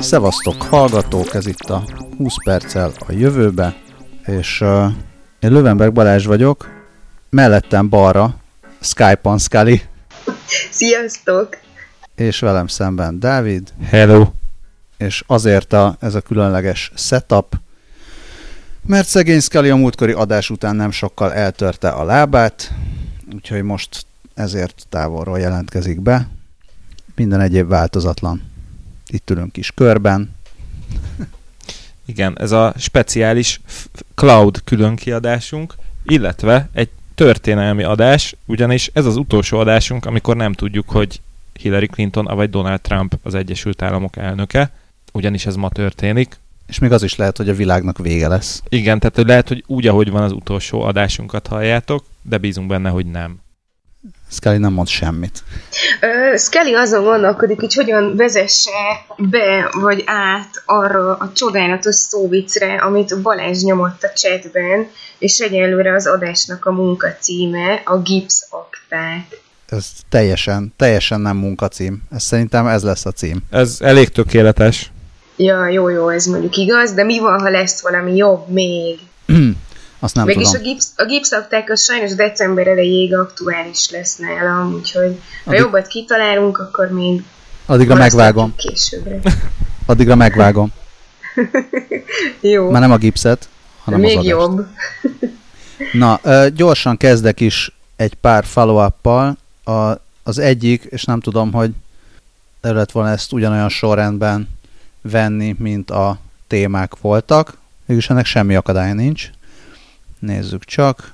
Szevasztok hallgatók, ez itt a 20 perccel a jövőbe, és én Lövenberg Balázs vagyok, mellettem balra Skype-on Scully. Sziasztok! És velem szemben Dávid. Hello! És azért ez a különleges setup, mert szegény Scully a múltkori adás után nem sokkal eltörte a lábát, úgyhogy most ezért távolról jelentkezik be. Minden egyéb változatlan. Itt ülünk is körben. Igen, ez a speciális Cloud különkiadásunk, illetve egy történelmi adás, ugyanis ez az utolsó adásunk, amikor nem tudjuk, hogy Hillary Clinton vagy Donald Trump az Egyesült Államok elnöke, ugyanis ez ma történik. És még az is lehet, hogy a világnak vége lesz. Igen, tehát lehet, hogy úgy, ahogy van az utolsó adásunkat halljátok, de bízunk benne, hogy nem. Scully nem mond semmit. Scully azon gondolkodik, hogy hogyan vezesse be vagy át arra a csodálatos szóviccre, amit Balázs nyomott a chatben, és egyelőre az adásnak a munkacíme a gipszakták. Ez teljesen nem munkacím. Szerintem ez lesz a cím. Ez elég tökéletes. Ja, jó, ez mondjuk igaz, de mi van, ha lesz valami jobb még? Azt nem mégis tudom. A gipszakták az sajnos december elejéig aktuális lesz nálam, úgyhogy ha jobbat kitalálunk, akkor még addigra megvágom. Későbbre. Addigra megvágom. Jó. Már nem a gipszet, hanem még az adást. jobb. Na, gyorsan kezdek is egy pár follow-uppal. Az egyik, és nem tudom, hogy el lett volna ezt ugyanolyan sorrendben venni, mint a témák voltak. Mégis ennek semmi akadály nincs. Nézzük csak.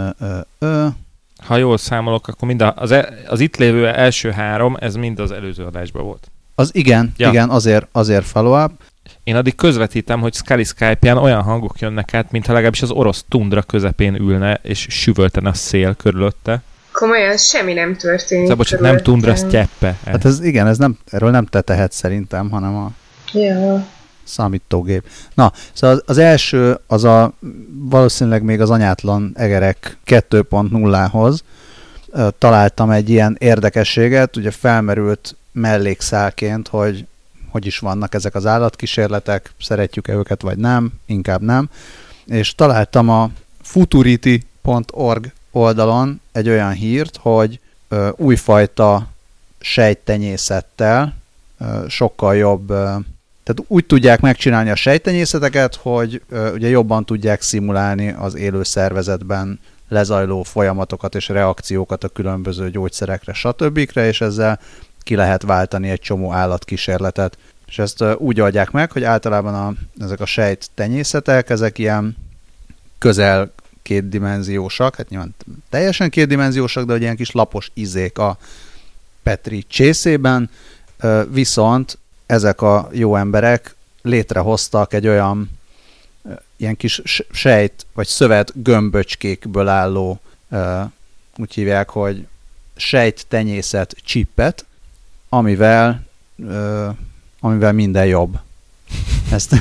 Ha jól számolok, akkor mind az itt lévő első három, ez mind az előző adásban volt. Az igen, azért follow-up. Én addig közvetítem, hogy Scully Skype-ján olyan hangok jönnek át, mintha legalábbis az orosz tundra közepén ülne, és süvöltene a szél körülötte. Komolyan, semmi nem történik. Szóval bocsánat, nem tundra, sztyeppe. Hát ez igen, erről nem te tehetsz szerintem, hanem a számítógép. Na, szóval az első, valószínűleg még az anyátlan egerek 2.0-hoz találtam egy ilyen érdekességet, ugye felmerült mellékszálként, hogy is vannak ezek az állatkísérletek, szeretjük-e őket vagy nem, inkább nem, és találtam a futurity.org oldalon egy olyan hírt, hogy újfajta sejttenyészettel sokkal jobb, tehát úgy tudják megcsinálni a sejttenyészeteket, hogy ugye jobban tudják szimulálni az élő szervezetben lezajló folyamatokat és reakciókat a különböző gyógyszerekre, stb. És ezzel ki lehet váltani egy csomó állatkísérletet. És ezt úgy oldják meg, hogy általában ezek a sejttenyészetek, ezek ilyen közel kétdimenziósak, hát nyilván teljesen kétdimenziósak, de ilyen kis lapos izék a Petri csészében, viszont ezek a jó emberek létrehoztak egy olyan ilyen kis sejt vagy szövet gömböcskékből álló, úgy hívják, hogy sejttenyészet csippet, amivel minden jobb. Ezt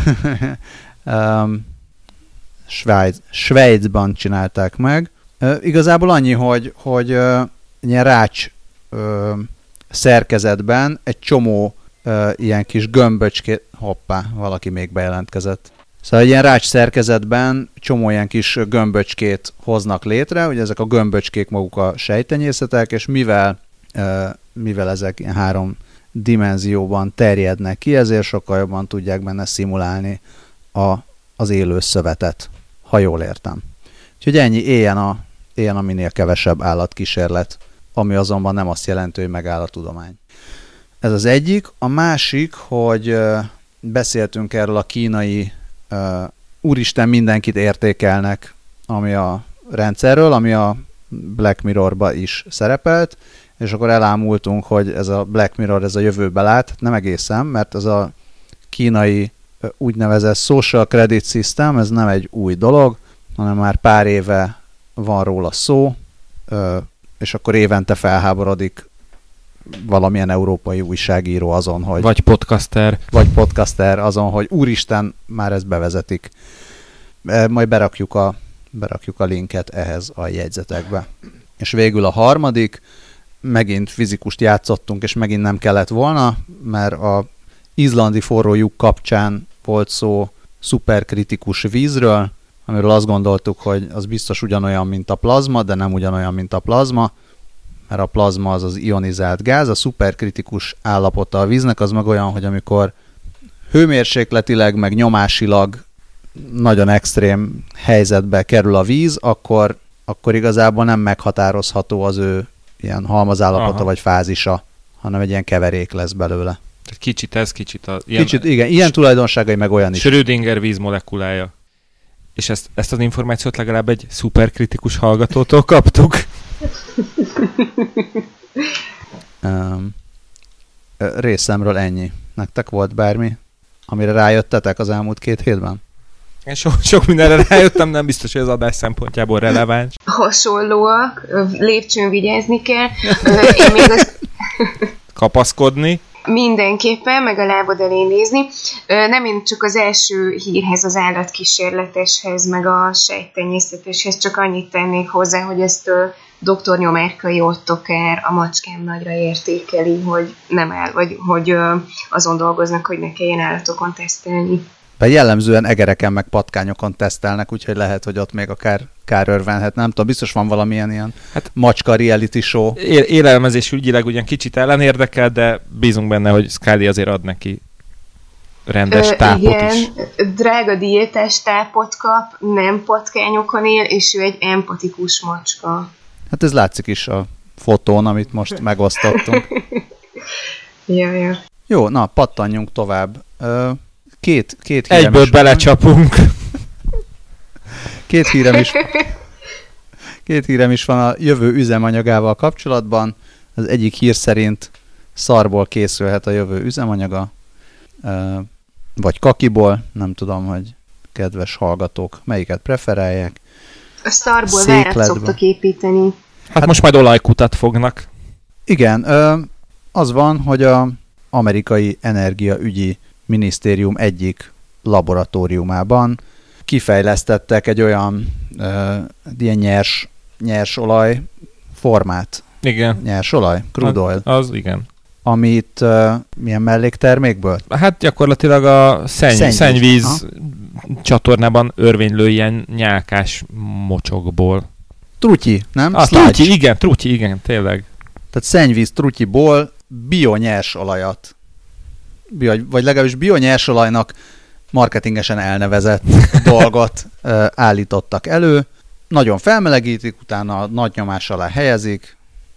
Svájcban csinálták meg. Igazából annyi, hogy ilyen rács szerkezetben egy csomó ilyen kis gömböcskét, hoppá, valaki még bejelentkezett. Szóval egy ilyen rács szerkezetben csomó ilyen kis gömböcskét hoznak létre, ugye ezek a gömböcskék maguk a sejttenyészetek, és mivel ezek ilyen 3 dimenzióban terjednek ki, ezért sokkal jobban tudják benne szimulálni az élő szövetet, ha jól értem. Úgyhogy ennyi, éljen a minél kevesebb állatkísérlet, ami azonban nem azt jelenti, hogy megáll a tudomány. Ez az egyik. A másik, hogy beszéltünk erről a kínai úristen mindenkit értékelnek, ami a rendszerről, ami a Black Mirrorba is szerepelt, és akkor elámultunk, hogy ez a Black Mirror, ez a jövőbe lát, nem egészen, mert ez a kínai úgynevezett social credit system, ez nem egy új dolog, hanem már pár éve van róla szó, és akkor évente felháborodik valamilyen európai újságíró azon, hogy... Vagy podcaster azon, hogy úristen, már ezt bevezetik. Majd berakjuk a linket ehhez a jegyzetekbe. És végül a harmadik, megint fizikust játszottunk, és megint nem kellett volna, mert a izlandi forró lyuk kapcsán volt szó szuperkritikus vízről, amiről azt gondoltuk, hogy az biztos ugyanolyan, mint a plazma, de nem ugyanolyan, mint a plazma, mert a plazma az ionizált gáz, a szuperkritikus állapota a víznek az meg olyan, hogy amikor hőmérsékletileg, meg nyomásilag nagyon extrém helyzetbe kerül a víz, akkor igazából nem meghatározható az ő ilyen halmazállapota vagy fázisa, hanem egy ilyen keverék lesz belőle. Kicsit Igen, ilyen tulajdonságai meg olyan is. Schrödinger vízmolekulája. És ezt az információt legalább egy szuperkritikus hallgatótól kaptuk. Részemről ennyi. Nektek volt bármi, amire rájöttetek az elmúlt 2 hétben? Én sok mindenre rájöttem, nem biztos, hogy az adás szempontjából releváns. Hasonlóak, lépcsőn vigyázni kell. Én még kapaszkodni. Mindenképpen, meg a lábad elé nézni. Nem én csak az első hírhez, az állatkísérleteshez, meg a sejttenyészeteshez, csak annyit tennék hozzá, hogy ezt dr. Nyomárkai Ottokár a Macskám nagyra értékeli, hogy nem áll, vagy hogy azon dolgoznak, hogy ne kelljen állatokon tesztelni. De jellemzően egereken meg patkányokon tesztelnek, úgyhogy lehet, hogy ott még akár kárörvenhet. Nem tudom, biztos van valamilyen ilyen macska reality show. Élelmezés ügyileg ugyan kicsit ellenérdekel, de bízunk benne, hogy Scully azért ad neki rendes tápot igen, is. Drága diétás tápot kap, nem patkányokon él, és ő egy empatikus macska. Hát ez látszik is a fotón, amit most megosztottunk. Ja. Jó, na, pattanjunk tovább. Két hírem egyből is belecsapunk. Két hírem is van a jövő üzemanyagával kapcsolatban. Az egyik hír szerint szarból készülhet a jövő üzemanyaga, vagy kakiból, nem tudom, hogy kedves hallgatók melyiket preferálják. A szarból várat szoktak építeni. Hát most majd olajkutat fognak. Igen, az van, hogy az amerikai energiaügyi minisztérium egyik laboratóriumában kifejlesztettek egy olyan ilyen nyers olaj formát. Igen. Nyers olaj? Crude oil. Az igen. Amit milyen melléktermékből? Hát gyakorlatilag a szennyvíz csatornában örvénylő ilyen nyálkás mocsokból. Trutyi, nem? Trutyi, igen, tényleg. Tehát szennyvíz trutyiból bionyers olajat, vagy legalábbis bionyers olajnak marketingesen elnevezett dolgot állítottak elő. Nagyon felmelegítik, utána nagy nyomás alá helyezik,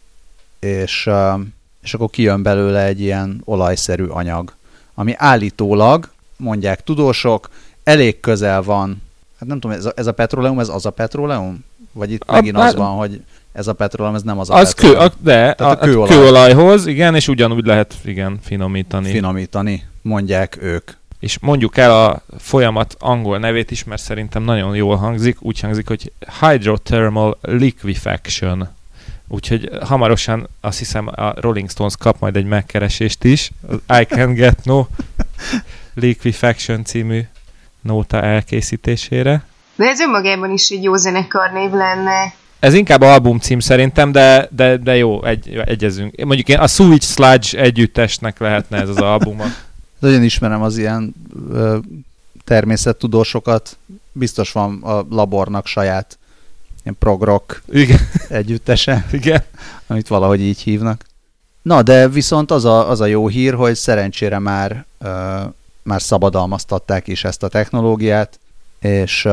és akkor kijön belőle egy ilyen olajszerű anyag, ami állítólag, mondják tudósok, elég közel van. Hát nem tudom, ez a petróleum, ez az a petróleum? Vagy itt megint az van, hogy ez a petróleum, ez nem az a petróleum. A kőolajhoz, igen, és ugyanúgy lehet, finomítani, mondják ők. És mondjuk el a folyamat angol nevét is, mert szerintem nagyon jól hangzik. Úgy hangzik, hogy Hydrothermal Liquefaction. Úgyhogy hamarosan azt hiszem a Rolling Stones kap majd egy megkeresést is. Az I Can Get No Liquefaction című nóta elkészítésére. De ez önmagában is egy jó zenekarnév lenne. Ez inkább albumcím szerintem, de jó, egyezünk. Mondjuk én a Sewage Sludge együttesnek lehetne ez az albuma. Nagyon ismerem az ilyen természettudósokat. Biztos van a labornak saját ilyen prog-rock együttese, igen. Amit valahogy így hívnak. Na, de viszont az a jó hír, hogy szerencsére már szabadalmaztatták is ezt a technológiát, és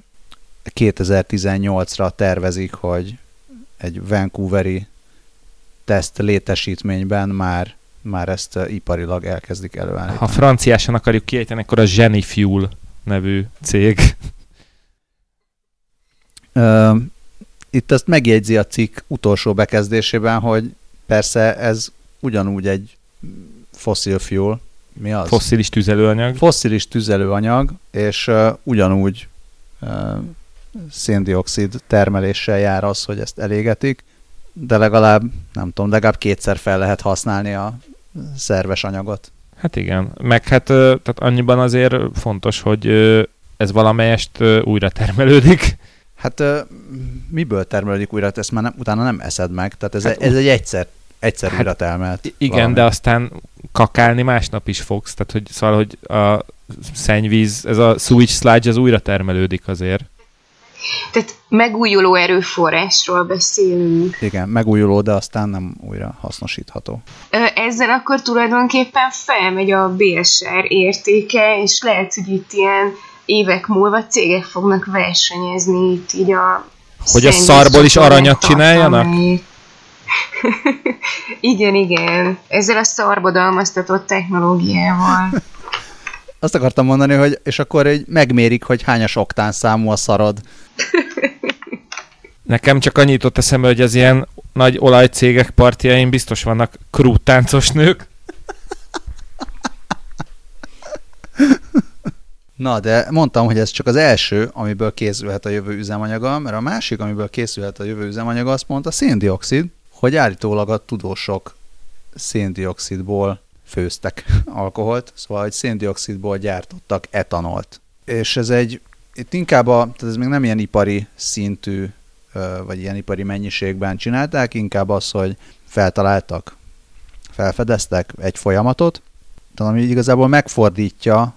2018-ra tervezik, hogy egy vancouveri teszt létesítményben már ezt iparilag elkezdik előállítani. Ha franciásan akarjuk kiejteni, akkor a Genifuel nevű cég. Itt ezt megjegyzi a cikk utolsó bekezdésében, hogy persze ez ugyanúgy egy fossil fuel. Mi az? Fosszilis tüzelőanyag. Fosszilis tüzelőanyag, és ugyanúgy széndioxid termeléssel jár az, hogy ezt elégetik, de legalább, nem tudom, legalább kétszer fel lehet használni a szerves anyagot. Hát igen, meg hát tehát annyiban azért fontos, hogy ez valamelyest újra termelődik. Hát miből termelődik újra? Ezt már utána nem eszed meg, tehát ez egy egyszer egyszerűre termelt. Igen, valami. de aztán kakálni másnap is fogsz, tehát hogy, szóval, hogy a szennyvíz, ez a sewage sludge az újra termelődik azért. Tehát megújuló erőforrásról beszélünk. Igen, megújuló, de aztán nem újra hasznosítható. Ezzel akkor tulajdonképpen felmegy a BSR értéke, és lehet, hogy itt ilyen évek múlva cégek fognak versenyezni itt így a... Hogy a szarból is aranyat csináljanak? Igen. Ezzel a szarbodalmaztatott technológiával. Azt akartam mondani, hogy és akkor így megmérik, hogy hányas oktán számú a szarod. Nekem csak annyit jutott eszembe, hogy az ilyen nagy olajcégek partiain biztos vannak krúttáncos nők. Na, de mondtam, hogy ez csak az első, amiből készülhet a jövő üzemanyaga, mert a másik, amiből készülhet a jövő üzemanyaga, azt mondta széndioxid, hogy állítólag a tudósok széndioxidból főztek alkoholt, szóval hogy széndioxidból gyártottak etanolt. És ez itt inkább tehát ez még nem ilyen ipari szintű, vagy ilyen ipari mennyiségben csinálták, inkább az, hogy felfedeztek egy folyamatot, ami igazából megfordítja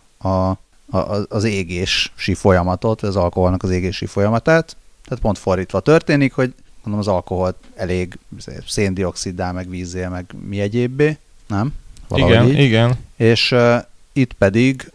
az égési folyamatot, az alkoholnak az égési folyamatát. Tehát pont fordítva történik, hogy mondom, az alkoholt elég széndioxiddá, meg vízzé, meg mi egyébbé, nem? Valahogy igen. És itt pedig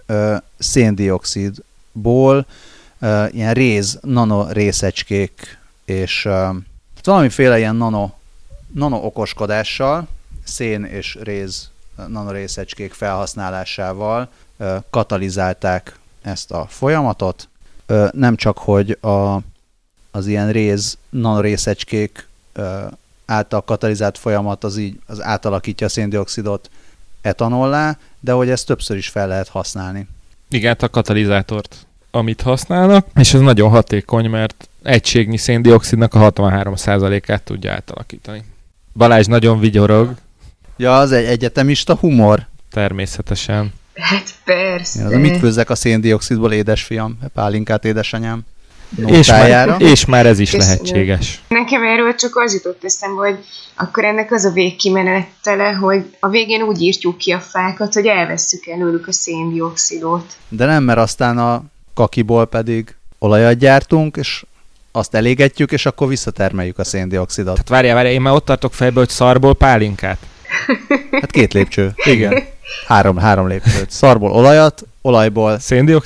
széndioxidból ilyen nanorészecskék és valamiféle ilyen nano okoskodással, szén és réz nanorészecskék felhasználásával katalizálták ezt a folyamatot. Nem csak, hogy az ilyen réz nanorészecskék által katalizált folyamat az átalakítja a széndioxidot etanollá, de hogy ezt többször is fel lehet használni. Igen, a katalizátort, amit használnak, és ez nagyon hatékony, mert egységnyi széndioxidnak a 63%-át tudja átalakítani. Balázs nagyon vigyorog. Ja, az egy egyetemista humor. Természetesen. Hát persze. Ja, mit főzzek a széndioxidból, édesfiam? Pálinkát, édesanyám? És már ez is lehetséges. Nekem erről csak az jutott eszembe, hogy akkor ennek az a végkimenetele, hogy a végén úgy írtjuk ki a fákat, hogy elvesszük előlük a széndioxidot. De nem, mert aztán a kakiból pedig olajat gyártunk, és azt elégetjük, és akkor visszatermeljük a széndioxidot. Tehát várjál, én már ott tartok fejbe, hogy szarból pálinkát. Hát 2 lépcső. Igen. 3 lépcsőt. Szarból olajat, olajból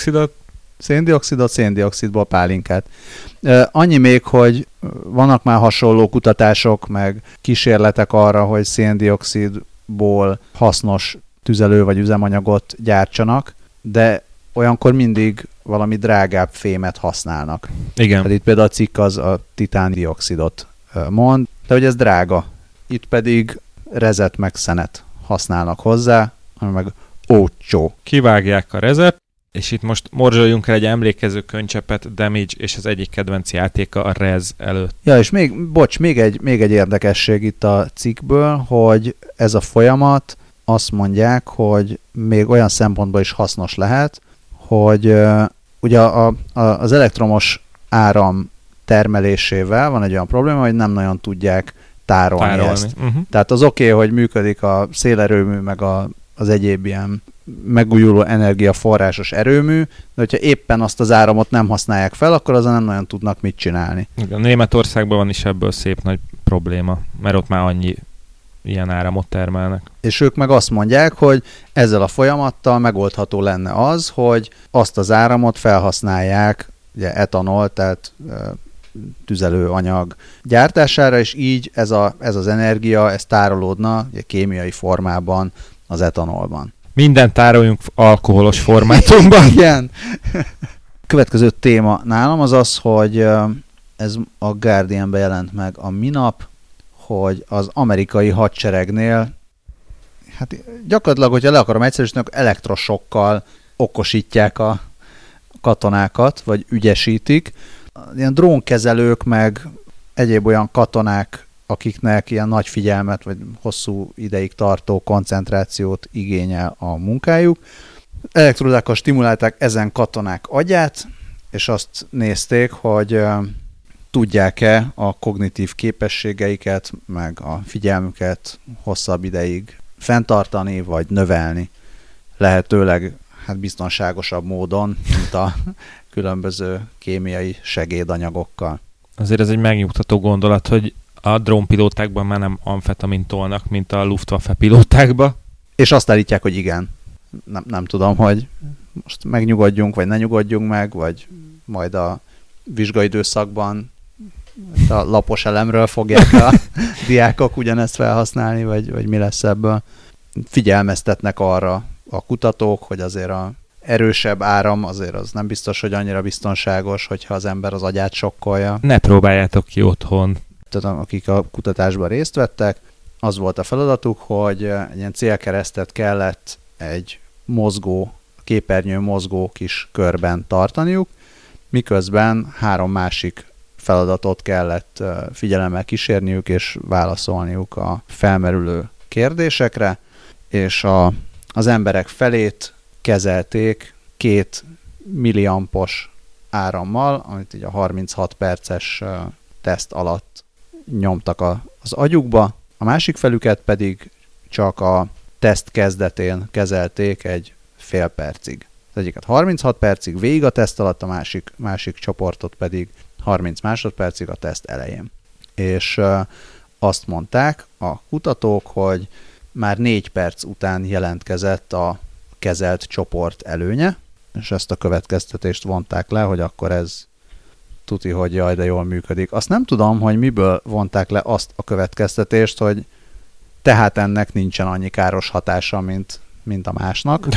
széndioxidból pálinkát. Annyi még, hogy vannak már hasonló kutatások, meg kísérletek arra, hogy széndioxidból hasznos tüzelő vagy üzemanyagot gyártsanak, de olyankor mindig valami drágább fémet használnak. Igen. Tehát itt például a cikk az a titándioxidot mond, de hogy ez drága. Itt pedig rezet meg szenet használnak hozzá, ami meg ócsó. Kivágják a rezet, és itt most morzsoljunk el egy emlékező könycsepet, Damage és az egyik kedvenc játéka a Rez előtt. Ja, és még egy érdekesség itt a cikkből, hogy ez a folyamat azt mondják, hogy még olyan szempontból is hasznos lehet, hogy ugye az elektromos áram termelésével van egy olyan probléma, hogy nem nagyon tudják tárolni. Ezt. Tehát az oké, hogy működik a szélerőmű, meg az egyéb ilyen megújuló energiaforrásos erőmű, de hogyha éppen azt az áramot nem használják fel, akkor azon nem nagyon tudnak mit csinálni. Igen, Németországban van is ebből szép nagy probléma, mert ott már annyi ilyen áramot termelnek. És ők meg azt mondják, hogy ezzel a folyamattal megoldható lenne az, hogy azt az áramot felhasználják, ugye etanol, tehát tüzelőanyag gyártására, és így ez az energia, ez tárolódna ugye, kémiai formában az etanolban. Mindent tároljunk alkoholos formátumban. Igen. Következő téma nálam az az, hogy ez a Guardianben jelent meg a minap, hogy az amerikai hadseregnél, hát gyakorlatilag, hogyha le akarom egyszerűsíteni, akkor elektrosokkal okosítják a katonákat, vagy ügyesítik. Ilyen drónkezelők, meg egyéb olyan katonák, akiknek ilyen nagy figyelmet, vagy hosszú ideig tartó koncentrációt igényel a munkájuk. Elektrodákkal stimulálták ezen katonák agyát, és azt nézték, hogy tudják-e a kognitív képességeiket, meg a figyelmüket hosszabb ideig fenntartani, vagy növelni. Lehetőleg biztonságosabb módon, mint a különböző kémiai segédanyagokkal. Azért ez egy megnyugtató gondolat, hogy a drónpilótákban már nem amfetamint tolnak, mint a Luftwaffe pilótákba. És azt állítják, hogy igen. Nem tudom, hogy most megnyugodjunk, vagy ne nyugodjunk meg, vagy majd a vizsgaidőszakban a lapos elemről fogják a diákok ugyanezt felhasználni, vagy mi lesz ebből. Figyelmeztetnek arra a kutatók, hogy azért a erősebb áram azért az nem biztos, hogy annyira biztonságos, hogyha az ember az agyát sokkolja. Ne próbáljátok ki otthon. Tehát akik a kutatásban részt vettek, az volt a feladatuk, hogy egy ilyen célkeresztet kellett egy képernyőn mozgó kis körben tartaniuk, miközben 3 másik feladatot kellett figyelemmel kísérniük és válaszolniuk a felmerülő kérdésekre, és az emberek felét kezelték 2 milliampos árammal, amit így a 36 perces teszt alatt nyomtak az agyukba, a másik felüket pedig csak a teszt kezdetén kezelték egy fél percig. Az egyiket 36 percig végig a teszt alatt, a másik csoportot pedig 30 másodpercig a teszt elején. És azt mondták a kutatók, hogy már 4 perc után jelentkezett a kezelt csoport előnye, és ezt a következtetést vonták le, hogy akkor ez tuti, hogy jaj, de jól működik. Azt nem tudom, hogy miből vonták le azt a következtetést, hogy tehát ennek nincsen annyi káros hatása, mint a másnak.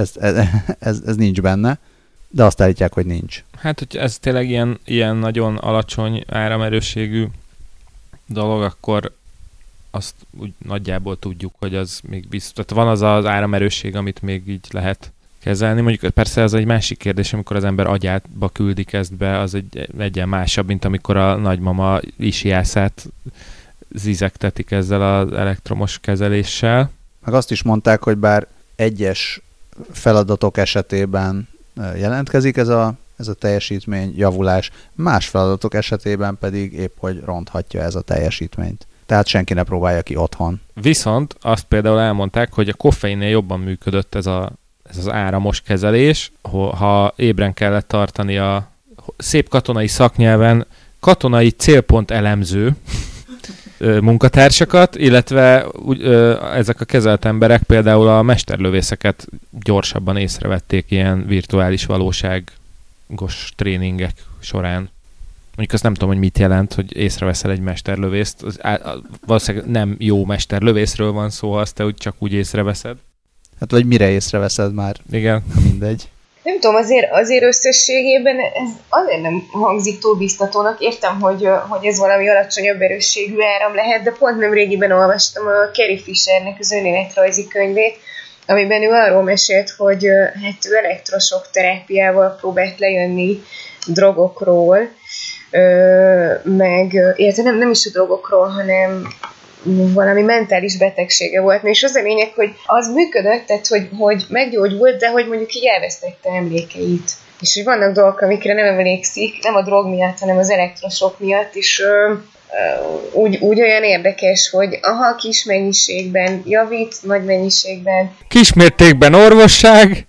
Ez nincs benne, de azt állítják, hogy nincs. Hát, hogy ez tényleg ilyen nagyon alacsony áramerősségű dolog, akkor azt úgy nagyjából tudjuk, hogy az még biztos. Tehát van az áramerősség, amit még így lehet kezelni. Mondjuk persze ez egy másik kérdés, amikor az ember agyába küldik ezt be, az egyen másabb, mint amikor a nagymama isiászát zizegtetik ezzel az elektromos kezeléssel. Meg azt is mondták, hogy bár egyes feladatok esetében jelentkezik ez a teljesítmény javulás, más feladatok esetében pedig épp hogy ronthatja ez a teljesítményt. Tehát senki ne próbálja ki otthon. Viszont azt például elmondták, hogy a koffeinnél jobban működött ez az áramos kezelés, ha ébren kellett tartani a szép katonai szaknyelven katonai célpont elemző munkatársakat, illetve ezek a kezelt emberek például a mesterlövészeket gyorsabban észrevették ilyen virtuális valóságos tréningek során. Mondjuk azt nem tudom, hogy mit jelent, hogy észreveszel egy mesterlövészt. Valószínűleg nem jó mesterlövészről van szó, ha azt te csak úgy észreveszed. Hát vagy mire észreveszed már? Igen. Mindegy. Nem tudom, azért összességében ez azért nem hangzik túl biztatónak. Értem, hogy ez valami alacsonyabb erősségű áram lehet, de pont nemrégiben olvastam a Carrie Fishernek az önéletrajzi könyvét, amiben ő arról mesélt, hogy hát ő elektrosok terápiával próbált lejönni drogokról, illetve nem is a drogokról, hanem valami mentális betegsége volt. És az a lényeg, hogy az működött, tehát hogy meggyógyult, de hogy mondjuk így elvesztette emlékeit. És hogy vannak dolgok, amikre nem emlékszik, nem a drog miatt, hanem az elektrosok miatt, és úgy olyan érdekes, hogy kis mennyiségben javít, nagy mennyiségben. Kismértékben orvosság!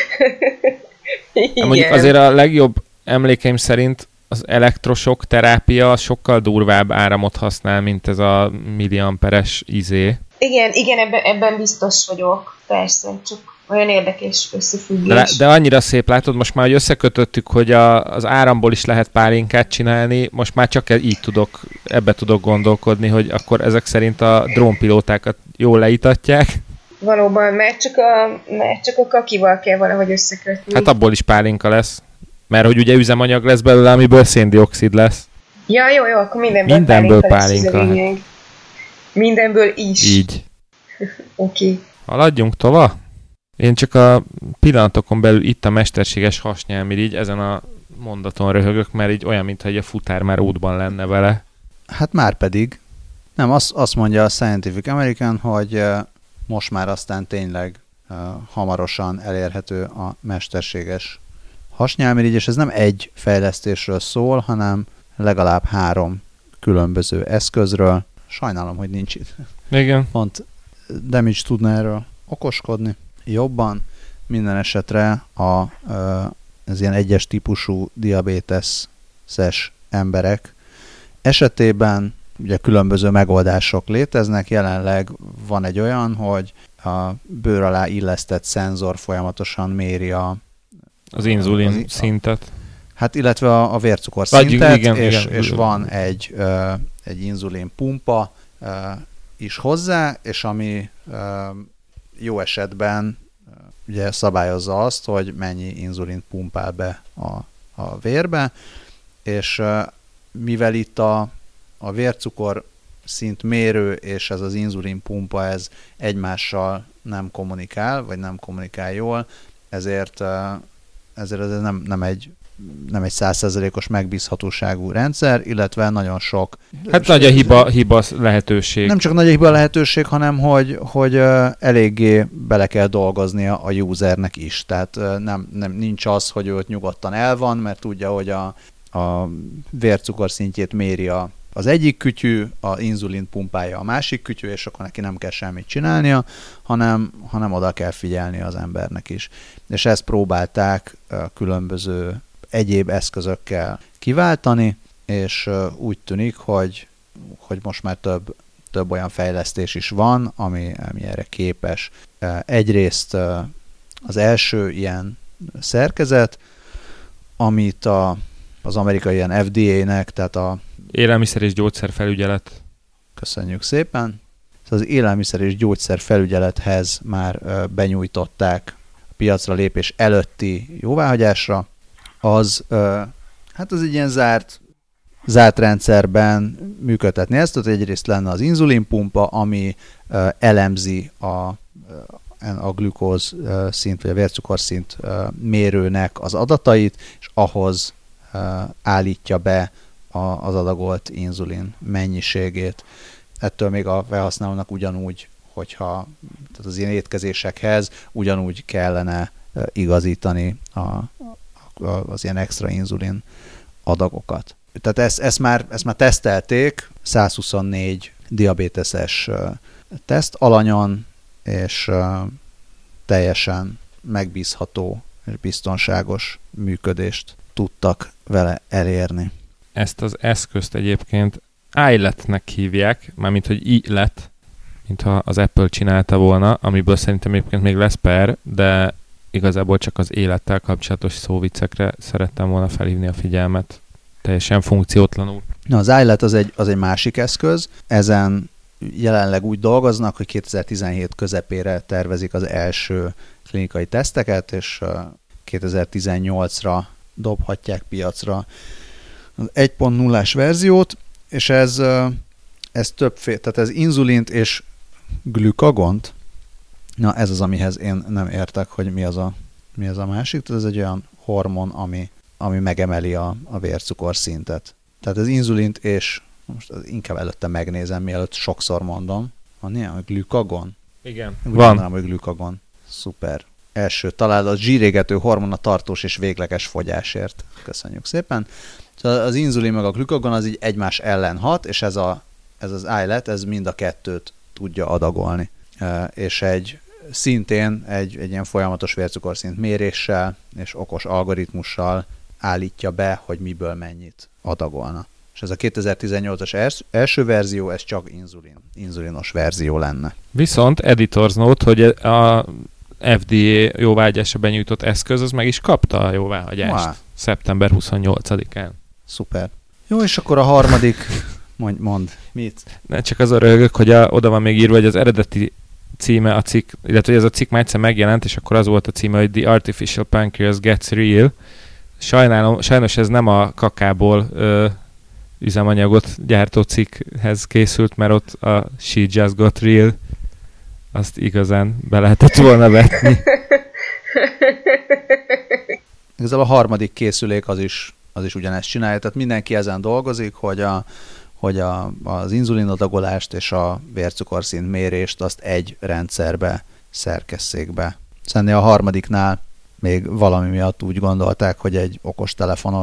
Mondjuk azért a legjobb emlékeim szerint az elektrosok terápia sokkal durvább áramot használ, mint ez a milliamperes izé. Igen, ebben biztos vagyok. Persze, csak olyan érdekes összefüggés. De annyira szép, látod, most már, hogy összekötöttük, hogy az áramból is lehet pálinkát csinálni, most már csak ebbe tudok gondolkodni, hogy akkor ezek szerint a drónpilótákat jól leítatják. Valóban, mert csak a kakival kell valahogy összekötni. Hát abból is pálinka lesz. Mert hogy ugye üzemanyag lesz belőle, amiből széndioxid lesz. Ja, jó, akkor mindenből pálinka lesz. Mindenből is. Így. Oké. Haladjunk tovább? Én csak a pillanatokon belül itt a mesterséges hasnyálmirigy, ezen a mondaton röhögök, mert így olyan, mintha a futár már útban lenne vele. Hát már pedig. Nem, azt mondja a Scientific American, hogy most már aztán tényleg hamarosan elérhető a mesterséges hasnyálmirigy, és ez nem egy fejlesztésről szól, hanem legalább 3 különböző eszközről. Sajnálom, hogy nincs itt. Igen. Pont Damage tudna erről okoskodni jobban. Minden esetre ez ilyen egyes típusú diabéteses emberek esetében ugye különböző megoldások léteznek. Jelenleg van egy olyan, hogy a bőr alá illesztett szenzor folyamatosan méri az inzulin szintet. Hát illetve a vércukor szintet, igen, és van egy inzulin pumpa is hozzá, és ami jó esetben ugye szabályozza azt, hogy mennyi inzulint pumpál be a vérbe, és mivel itt a vércukor szint mérő és ez az inzulin pumpa ez egymással nem kommunikál, vagy nem kommunikál jól, ezért ez nem egy 100%-os megbízhatóságú rendszer, illetve nagyon sok... Hát nagy a hiba lehetőség. Nem csak nagy a hiba lehetőség, hanem hogy eléggé bele kell dolgoznia a usernek is. Tehát nincs az, hogy őt nyugodtan el van, mert tudja, hogy a vércukor szintjét méri az egyik kütyű, a inzulint pumpálja a másik kütyű, és akkor neki nem kell semmit csinálnia, hanem oda kell figyelni az embernek is. És ezt próbálták különböző egyéb eszközökkel kiváltani, és úgy tűnik, hogy most már több olyan fejlesztés is van, ami erre képes. Egyrészt az első ilyen szerkezet, amit az amerikai ilyen FDA-nek, tehát a Élelmiszer és gyógyszerfelügyelet. Köszönjük szépen. Az élelmiszer és gyógyszerfelügyelethez már benyújtották a piacra lépés előtti jóváhagyásra. Az egy ilyen zárt rendszerben működtetni ezt, tehát egyrészt lenne az inzulinpumpa, ami elemzi a glükóz szint, vagy a vércukorszint mérőnek az adatait, és ahhoz állítja be az adagolt inzulin mennyiségét. Ettől még a felhasználónak ugyanúgy, tehát az ilyen étkezésekhez ugyanúgy kellene igazítani az ilyen extra inzulin adagokat. Tehát ezt már tesztelték 124 diabéteses teszt alanyon, és teljesen megbízható és biztonságos működést tudtak vele elérni. Ezt az eszközt egyébként iLet-nek hívják, mármint hogy iLet, mintha az Apple csinálta volna, amiből szerintem egyébként még lesz per, de igazából csak az élettel kapcsolatos szóviccekre szerettem volna felhívni a figyelmet. Teljesen funkciótlanul. Na, az iLet az egy másik eszköz. Ezen jelenleg úgy dolgoznak, hogy 2017 közepére tervezik az első klinikai teszteket, és 2018-ra dobhatják piacra az 1.0-ás verziót, és ez többféle, tehát ez inzulint és glükagont. Na, ez az, amihez én nem értek, hogy mi az a másik. Tehát ez egy olyan hormon, ami megemeli a vércukorszintet. Tehát az inzulint és most inkább előtte megnézem, mielőtt sokszor mondom. Van ilyen, hogy glükagon? Igen. Úgy mondanám, hogy glükagon. Szuper. Első találat, zsírégető hormon a tartós és végleges fogyásért. Köszönjük szépen. Az inzulin meg a glükagon az így egymás ellen hat, és ez az iLet, ez mind a kettőt tudja adagolni. És szintén egy ilyen folyamatos vércukorszint méréssel és okos algoritmussal állítja be, hogy miből mennyit adagolna. És ez a 2018-as első verzió, ez csak inzulinos verzió lenne. Viszont Editor's Note, hogy a FDA jóváhagyásra benyújtott eszköz, az meg is kapta a jóváhagyást. Wow. Szeptember 28-án. Szuper. Jó, és akkor a harmadik, mond. Mit? Ne, csak az a röhögök, hogy oda van még írva, hogy az eredeti címe a cikk, illetve hogy ez a cikk már egyszer megjelent, és akkor az volt a címe, hogy The Artificial Pancreas Gets Real. Sajnos ez nem a kakából üzemanyagot gyártó cikkhez készült, mert ott a She Just Got Real, azt igazán be lehetett volna vetni. Igazából a harmadik készülék az is ugyanezt csinálja, tehát mindenki ezen dolgozik, hogy az inzulinadagolást és a vércukorszint mérést azt egy rendszerbe szerkesszék be. Szerintem a harmadiknál még valami miatt úgy gondolták, hogy egy okostelefonos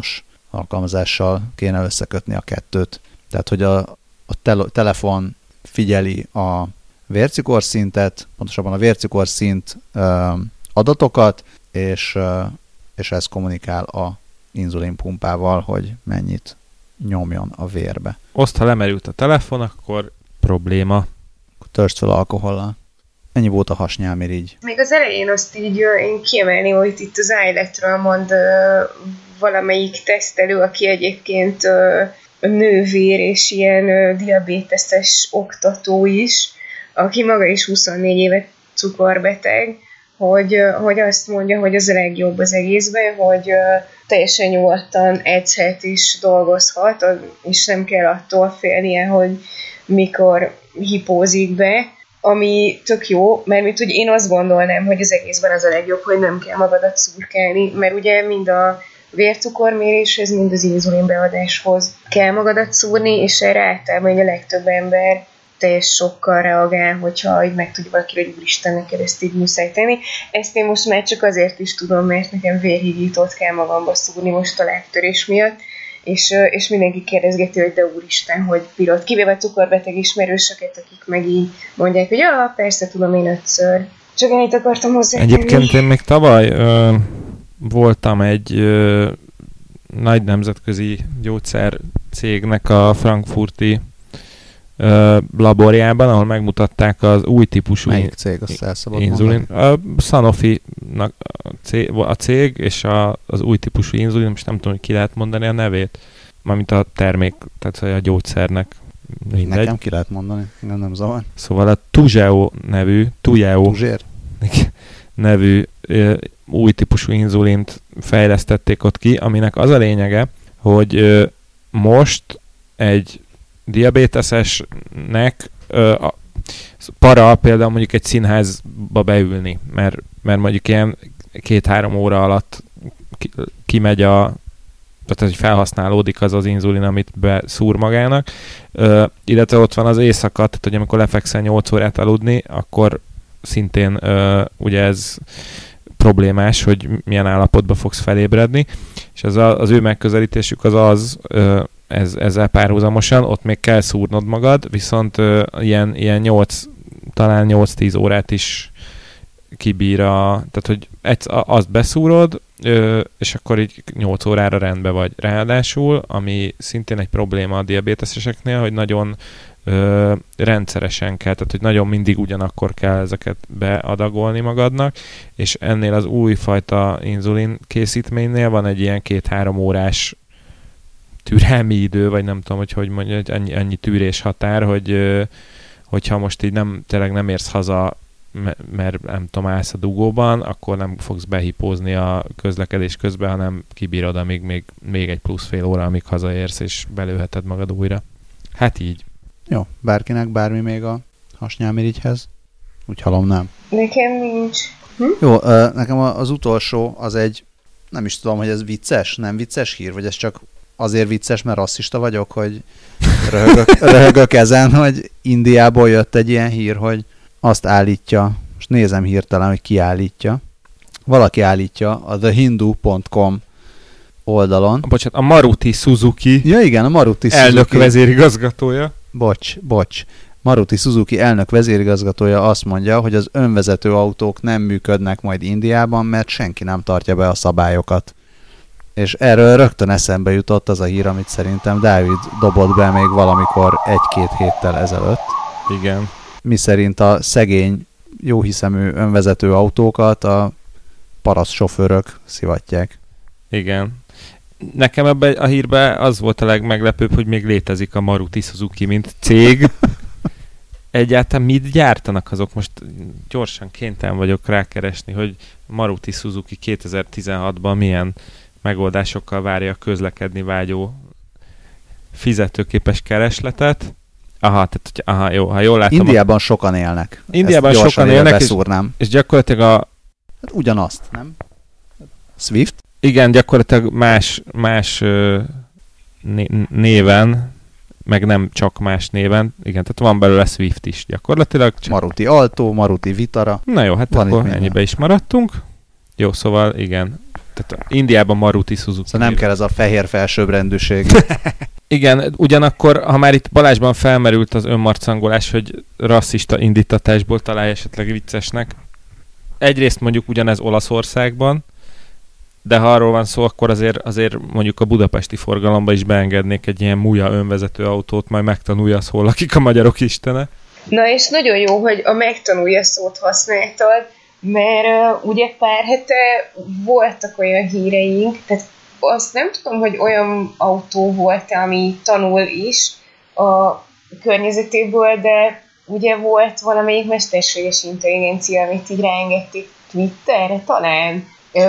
alkalmazással kéne összekötni a kettőt. Tehát, hogy a telefon figyeli a vércukorszintet, pontosabban a vércukorszint adatokat, és ez kommunikál a inzulinpumpával, hogy mennyit nyomjon a vérbe. Ha lemerült a telefon, akkor probléma. Törst fel alkohollal. Ennyi volt a hasnyálmirigy. Még az elején azt így én kiemelném, hogy itt az iLetről mond valamelyik tesztelő, aki egyébként nővér és ilyen diabéteses oktató is, aki maga is 24 éve cukorbeteg, hogy azt mondja, hogy az a legjobb az egészben, hogy teljesen nyugodtan edzhet és dolgozhat, és nem kell attól félnie, hogy mikor hipózik be, ami tök jó, mert hogy én azt gondolnám, hogy az egészben az a legjobb, hogy nem kell magadat szurkálni, mert ugye mind a vércukorméréshez, mind az inzulinbeadáshoz kell magadat szúrni, és erre általában a legtöbb ember teljes sokkal reagál, hogyha így megtudja valaki, hogy úristen, neked ezt így muszáj tenni. Ezt én most már csak azért is tudom, mert nekem vérhígítót kell magamba szúrni most a lábtörés miatt, és mindenki kérdezgeti, hogy de úristen, hogy bírod, kivéve a cukorbeteg ismerősöket, akik meg így mondják, hogy persze tudom én 5-ször. Csak ennyit akartam hozzátenni. Egyébként én még tavaly voltam egy nagy nemzetközi gyógyszercégnek a frankfurti laborjában, ahol megmutatták az új típusú inzulin. A Sanofi-nak a cég és az új típusú inzulin, most nem tudom, hogy ki lehet mondani a nevét, mármint a termék, tehát a gyógyszernek. Mindegy. Nekem ki lehet mondani, nem zavar. Szóval a Toujeo nevű új típusú inzulint fejlesztették ott ki, aminek az a lényege, hogy most egy diabéteszesnek para például mondjuk egy színházba beülni, mert mondjuk ilyen 2-3 óra alatt kimegy tehát hogy felhasználódik az inzulin, amit beszúr magának, illetve ott van az éjszaka, tehát hogy amikor lefekszel 8 órát aludni, akkor szintén ugye ez problémás, hogy milyen állapotba fogsz felébredni, és az ő megközelítésük az ezzel párhuzamosan, ott még kell szúrnod magad, viszont ilyen 8-10 órát is kibír tehát hogy azt beszúrod, és akkor így 8 órára rendben vagy. Ráadásul, ami szintén egy probléma a diabéteseseknél, hogy nagyon rendszeresen kell, tehát hogy nagyon mindig ugyanakkor kell ezeket beadagolni magadnak, és ennél az újfajta inzulin készítménynél van egy ilyen 2-3 órás türelmi idő, vagy nem tudom, hogy mondja, hogy annyi tűrés határ, hogyha most így tényleg nem érsz haza, mert nem tudom, állsz a dugóban, akkor nem fogsz behipózni a közlekedés közben, hanem kibírod, amíg még egy plusz fél óra, amíg hazaérsz, és belőheted magad újra. Hát így. Jó, bárkinek bármi még a hasnyálmirigyhez? Úgy hallom, nem. Nekem nincs. Jó, nekem az utolsó az egy, nem is tudom, hogy ez vicces, nem vicces hír, vagy ez csak azért vicces, mert rasszista vagyok, hogy röhögök ezen, hogy Indiából jött egy ilyen hír, hogy azt állítja, most nézem hirtelen, hogy ki állítja. Valaki állítja a thehindu.com oldalon. Bocsánat, a Maruti Suzuki. Ja igen, a Maruti Suzuki. Elnök vezérigazgatója. Bocs. Maruti Suzuki elnök vezérigazgatója azt mondja, hogy az önvezető autók nem működnek majd Indiában, mert senki nem tartja be a szabályokat. És erről rögtön eszembe jutott az a hír, amit szerintem Dávid dobott be még valamikor 1-2 héttel ezelőtt. Igen. Miszerint a szegény, jóhiszemű önvezető autókat a paraszt sofőrök szivatják. Igen. Nekem ebben a hírben az volt a legmeglepőbb, hogy még létezik a Maruti Suzuki, mint cég. Egyáltalán mit gyártanak azok? Most gyorsan kénytelen vagyok rákeresni, hogy Maruti Suzuki 2016-ban milyen megoldásokkal várja a közlekedni vágyó fizetőképes keresletet. Jó, ha jól látom. Indiában sokan élnek. Indiában sokan élnek, és gyakorlatilag hát ugyanazt, nem? Swift? Igen, gyakorlatilag más néven, meg nem csak más néven. Igen, tehát van belőle Swift is gyakorlatilag. Maruti Alto, Maruti Vitara. Na jó, hát van akkor ennyibe is maradtunk. Jó, szóval igen. Tehát Indiában Maruti Suzuki. Szóval nem kell ez a fehér felsőbbrendűség. Igen, ugyanakkor, ha már itt Balázsban felmerült az önmarcangolás, hogy rasszista indítatásból találja esetleg viccesnek. Egyrészt mondjuk ugyanez Olaszországban, de ha arról van szó, akkor azért mondjuk a budapesti forgalomba is beengednék egy ilyen múja önvezető autót, majd megtanulja az, hol lakik a magyarok istene. Na és nagyon jó, hogy a megtanulja szót használtad, mert ugye pár hete voltak olyan híreink, tehát azt nem tudom, hogy olyan autó volt, ami tanul is a környezetéből, de ugye volt valamelyik mesterséges intelligencia, amit így ráengedték Twitterre talán,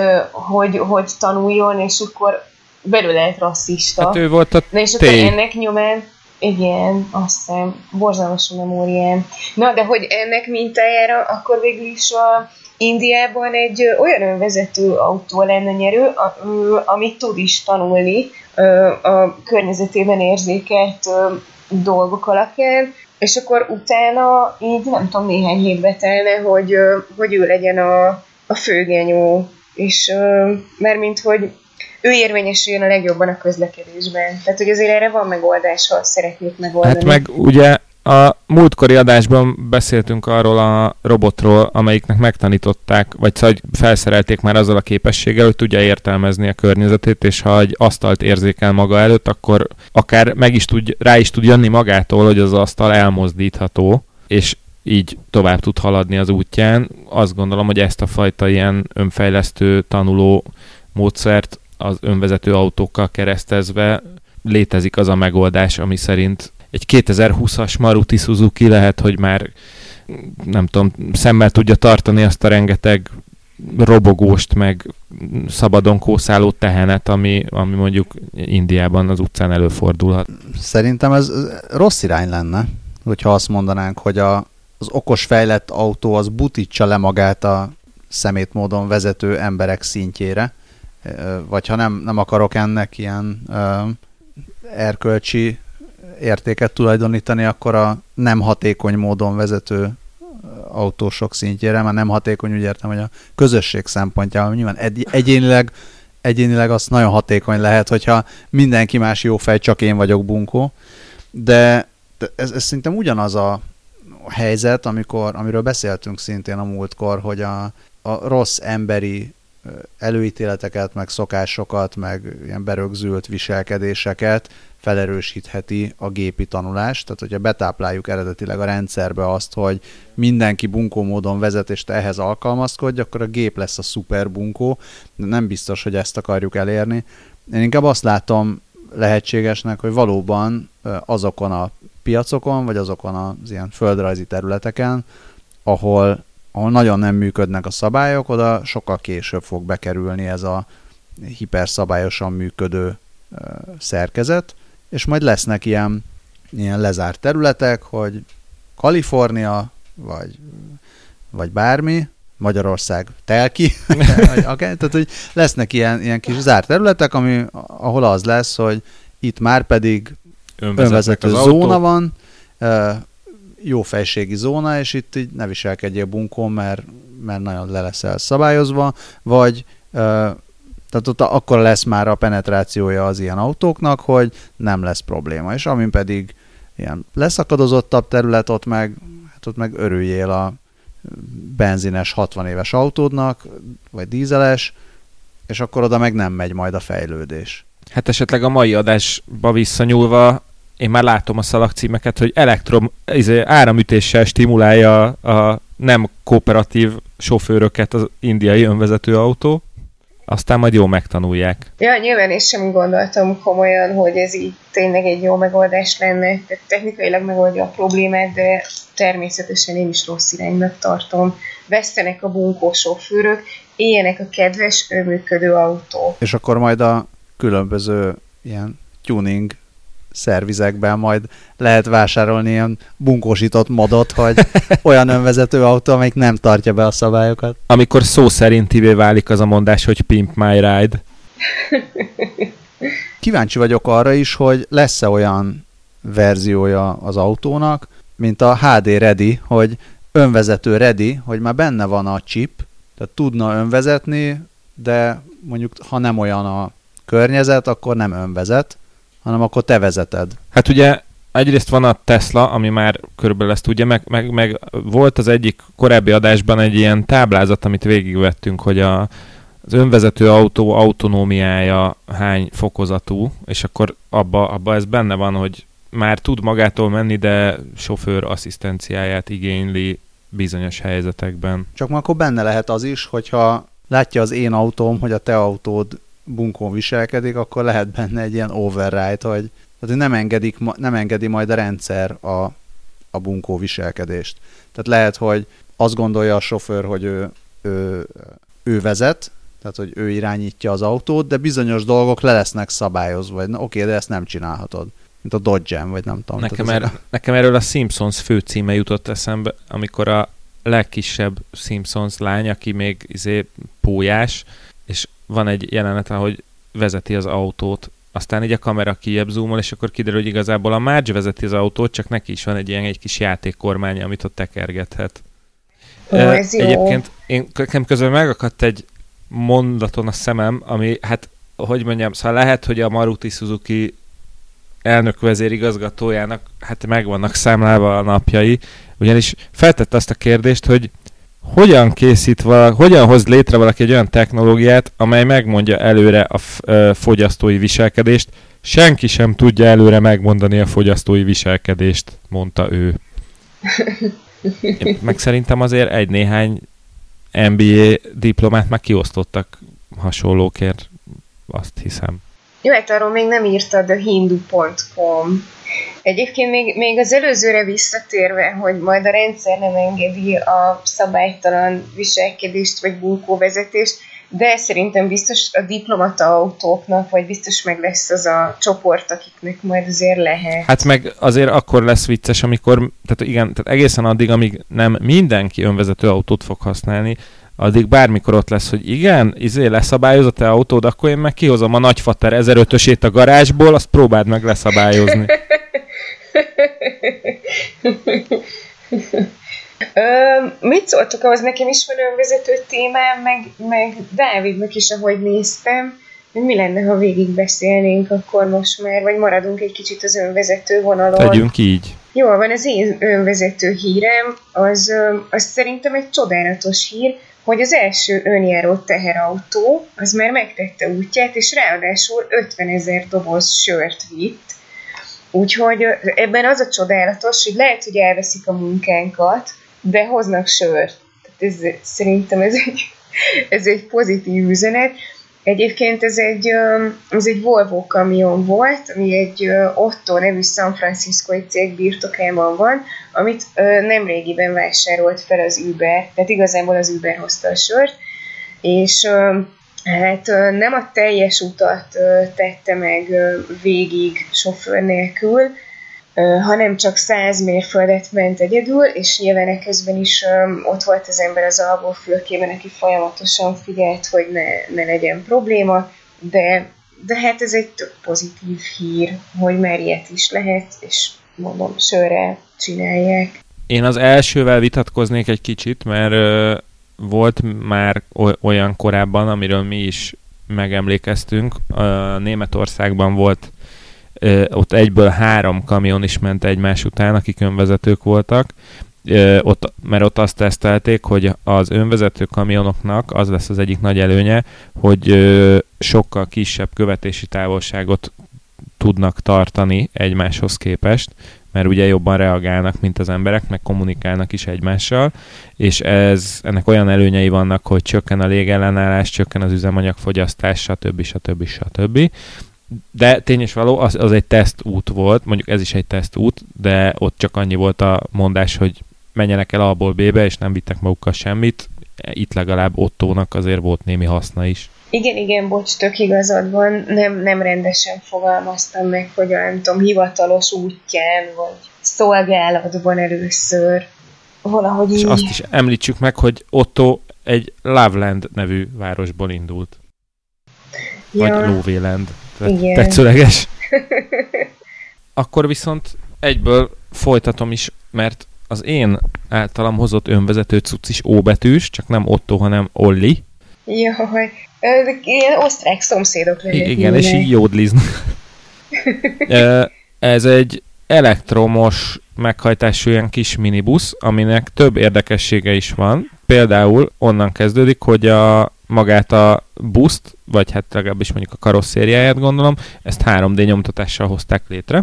hogy tanuljon, és akkor belőle lett rasszista. Hát ő volt a na és akkor ennek nyomán, igen, azt hiszem, borzalmas a memóriám. Na, de hogy ennek mintájára akkor végül is Indiában egy olyan önvezető autó lenne nyerő, amit tud is tanulni a környezetében érzékelt dolgok alapján, és akkor utána így nem tudom, néhány hétbe telne, hogy ő legyen a főgenyó, és mármint, hogy ő érvényesüljön a legjobban a közlekedésben. Tehát, hogy azért erre van megoldás, ha szeretnék megoldani. Hát meg ugye a múltkori adásban beszéltünk arról a robotról, amelyiknek megtanították, vagy szóval felszerelték már azzal a képességgel, hogy tudja értelmezni a környezetét, és ha egy asztalt érzékel maga előtt, akkor akár rá is tud jönni magától, hogy az asztal elmozdítható, és így tovább tud haladni az útján. Azt gondolom, hogy ezt a fajta ilyen önfejlesztő, tanuló módszert az önvezető autókkal keresztezve létezik az a megoldás, ami szerint egy 2020-as Maruti Suzuki lehet, hogy már nem tudom, szemmel tudja tartani azt a rengeteg robogóst, meg szabadon kószáló tehenet, ami mondjuk Indiában az utcán előfordulhat. Szerintem ez rossz irány lenne, hogyha azt mondanánk, hogy az okos fejlett autó az butítsa le magát a szemétmódon vezető emberek szintjére, vagy ha nem akarok ennek ilyen erkölcsi értéket tulajdonítani, akkor a nem hatékony módon vezető autósok szintjére, mert nem hatékony, úgy értem, hogy a közösség szempontjából nyilván egyénileg az nagyon hatékony lehet, hogyha mindenki más jó fej, csak én vagyok bunkó, de ez szerintem ugyanaz a helyzet, amiről beszéltünk szintén a múltkor, hogy a rossz emberi előítéleteket, meg szokásokat, meg ilyen berögzült viselkedéseket felerősítheti a gépi tanulást. Tehát, hogyha betápláljuk eredetileg a rendszerbe azt, hogy mindenki bunkó módon vezet, és te ehhez alkalmazkodj, akkor a gép lesz a szuper bunkó. De nem biztos, hogy ezt akarjuk elérni. Én inkább azt látom lehetségesnek, hogy valóban azokon a piacokon, vagy azokon az ilyen földrajzi területeken, ahol nagyon nem működnek a szabályok, oda sokkal később fog bekerülni ez a hiperszabályosan működő szerkezet, és majd lesznek ilyen lezárt területek, hogy Kalifornia, vagy bármi, Magyarország telki, tehát hogy lesznek ilyen kis zárt területek, ahol az lesz, hogy itt már pedig önvezető zóna van, jó fejségi zóna, és itt így ne viselkedjél bunkón, mert nagyon le leszel szabályozva, vagy tehát ott akkor lesz már a penetrációja az ilyen autóknak, hogy nem lesz probléma. És amin pedig ilyen leszakadozottabb terület, ott meg örüljél a benzines 60 éves autódnak, vagy dízeles, és akkor oda meg nem megy majd a fejlődés. Hát esetleg a mai adásba visszanyúlva, én már látom a szalagcímeket, hogy áramütéssel stimulálja a nem kooperatív sofőröket az indiai önvezető autó, aztán majd jól megtanulják. Ja, nyilván én sem gondoltam komolyan, hogy ez így tényleg egy jó megoldás lenne. Tehát technikailag megoldja a problémát, de természetesen én is rossz iránynak tartom. Vesztenek a bunkó sofőrök, éljenek a kedves, önműködő autó. És akkor majd a különböző ilyen tuning szervizekben majd lehet vásárolni ilyen bunkósított modot, hogy olyan önvezető autó, amelyik nem tartja be a szabályokat. Amikor szó szerintivé válik az a mondás, hogy pimp my ride. Kíváncsi vagyok arra is, hogy lesz-e olyan verziója az autónak, mint a HD Ready, hogy önvezető ready, hogy már benne van a chip, tehát tudna önvezetni de mondjuk ha nem olyan a környezet, akkor nem önvezet, hanem akkor te vezeted. Hát ugye egyrészt van a Tesla, ami már körülbelül ezt tudja, meg volt az egyik korábbi adásban egy ilyen táblázat, amit végigvettünk, hogy az önvezető autó autonómiája hány fokozatú, és akkor abba ez benne van, hogy már tud magától menni, de sofőr asszisztenciáját igényli bizonyos helyzetekben. Csak akkor benne lehet az is, hogyha látja az én autóm, hogy a te autód bunkón viselkedik, akkor lehet benne egy ilyen override, hogy nem engedi majd a rendszer a bunkó viselkedést. Tehát lehet, hogy azt gondolja a sofőr, hogy ő vezet, tehát hogy ő irányítja az autót, de bizonyos dolgok le lesznek szabályozva, vagy oké, de ezt nem csinálhatod. Mint a Dodge-en, vagy nem tudom. Nekem erről a Simpsons főcíme jutott eszembe, amikor a legkisebb Simpsons lány, aki még pólyás, és van egy jelenet, ahogy vezeti az autót, aztán így a kamera kijebb zoomol, és akkor kiderül, hogy igazából a Marge vezeti az autót, csak neki is van egy kis játékkormánya, amit ott tekergethet. Ez jó. Egyébként nekem közben megakadt egy mondaton a szemem, ami, hát, hogy mondjam, szóval lehet, hogy a Maruti Suzuki elnök vezérigazgatójának hát megvannak számlálva a napjai, ugyanis feltette azt a kérdést, hogy hogyan hoz létre valaki egy olyan technológiát, amely megmondja előre a fogyasztói viselkedést. Senki sem tudja előre megmondani a fogyasztói viselkedést, mondta ő. Meg szerintem azért egy-néhány MBA diplomát már kiosztottak hasonlókért, azt hiszem. Jó, hát arról még nem írtad a hindu.com. Egyébként még az előzőre visszatérve, hogy majd a rendszer nem engedi a szabálytalan viselkedést vagy bunkóvezetést, de szerintem biztos a diplomata autóknak, vagy biztos meg lesz az a csoport, akiknek majd azért lehet. Hát meg azért akkor lesz vicces, amikor, tehát egészen addig, amíg nem mindenki önvezető autót fog használni, addig bármikor ott lesz, hogy igen, leszabályoz a te autód, akkor én meg kihozom a nagyfater 1005-ösét a garázsból, azt próbáld meg leszabályozni. Mit szóltok ahhoz? Nekem is van önvezető témám, meg Dávidnak is, ahogy néztem, hogy mi lenne, ha végigbeszélnénk akkor most már, vagy maradunk egy kicsit az önvezető vonalon. Tegyünk így. Jól van, az én önvezető hírem, az szerintem egy csodálatos hír, hogy az első önjáró teherautó, az már megtette útját, és ráadásul 50 000 doboz sört vitt. Úgyhogy ebben az a csodálatos, hogy lehet, hogy elveszik a munkánkat, de hoznak sört. Tehát szerintem ez egy pozitív üzenet. Egyébként ez egy Volvo kamion volt, ami egy Otto nevű San Franciscoi cég birtokában van, amit nemrégiben vásárolt fel az Uber, tehát igazából az Uber hozta a sört, és hát nem a teljes utat tette meg végig sofőr nélkül, hanem csak 100 mérföldet ment egyedül, és nyilván eközben is ott volt az ember az alvófülkében, aki folyamatosan figyelt, hogy ne legyen probléma, de hát ez egy tök pozitív hír, hogy már ilyet is lehet, és mondom, sörrel csinálják. Én az elsővel vitatkoznék egy kicsit, mert volt már olyan korábban, amiről mi is megemlékeztünk. Németországban volt, ott egyből 3 kamion is ment egymás után, akik önvezetők voltak, mert ott azt tesztelték, hogy az önvezető kamionoknak az lesz az egyik nagy előnye, hogy sokkal kisebb követési távolságot tudnak tartani egymáshoz képest, mert ugye jobban reagálnak, mint az emberek, meg kommunikálnak is egymással, és ennek olyan előnyei vannak, hogy csökken a légellenállás, csökken az üzemanyagfogyasztás, stb. De tény és való, az egy tesztút volt, mondjuk ez is egy tesztút, de ott csak annyi volt a mondás, hogy menjenek el A-ból B-be, és nem vittek magukkal semmit. Itt legalább Ottónak azért volt némi haszna is. Igen, bocs, tök igazad van, nem rendesen fogalmaztam meg, hogy nem tudom, hivatalos útján, vagy szolgálatban először, valahogy és így. azt is említsük meg, hogy Otto egy Loveland nevű városból indult. Ja. Vagy Loveland. Tetszőleges. Akkor viszont egyből folytatom is, mert az én általam hozott önvezető cucc is óbetűs, csak nem Otto, hanem Olli. Jaj, ilyen osztrák szomszédok lennék. Igen, és így jódliznak. Ez egy elektromos meghajtású ilyen kis minibusz, aminek több érdekessége is van. Például onnan kezdődik, hogy magát a buszt, vagy hát legalábbis mondjuk a karosszériáját gondolom, ezt 3D nyomtatással hozták létre.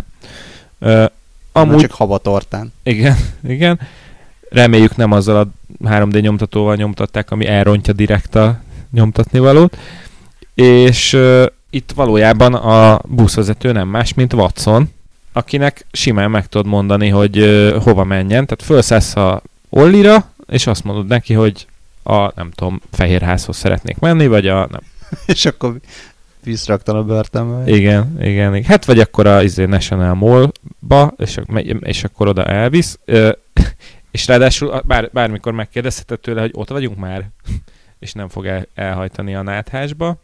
Amúgy csak habatortán. Igen. Reméljük nem azzal a 3D nyomtatóval nyomtatták, ami elrontja direkt a nyomtatnivalót. És itt valójában a buszvezető nem más, mint Watson, akinek simán meg tudod mondani, hogy hova menjen. Tehát felszállsz a Ollira, és azt mondod neki, hogy nem tudom, Fehérházhoz szeretnék menni, vagy nem. És akkor visszraktan a börtönbe. Igen. Hát vagy akkor a National Mall-ba, és akkor oda elvisz. És ráadásul bármikor megkérdezheted tőle, hogy ott vagyunk már, és nem fog elhajtani a náthásba.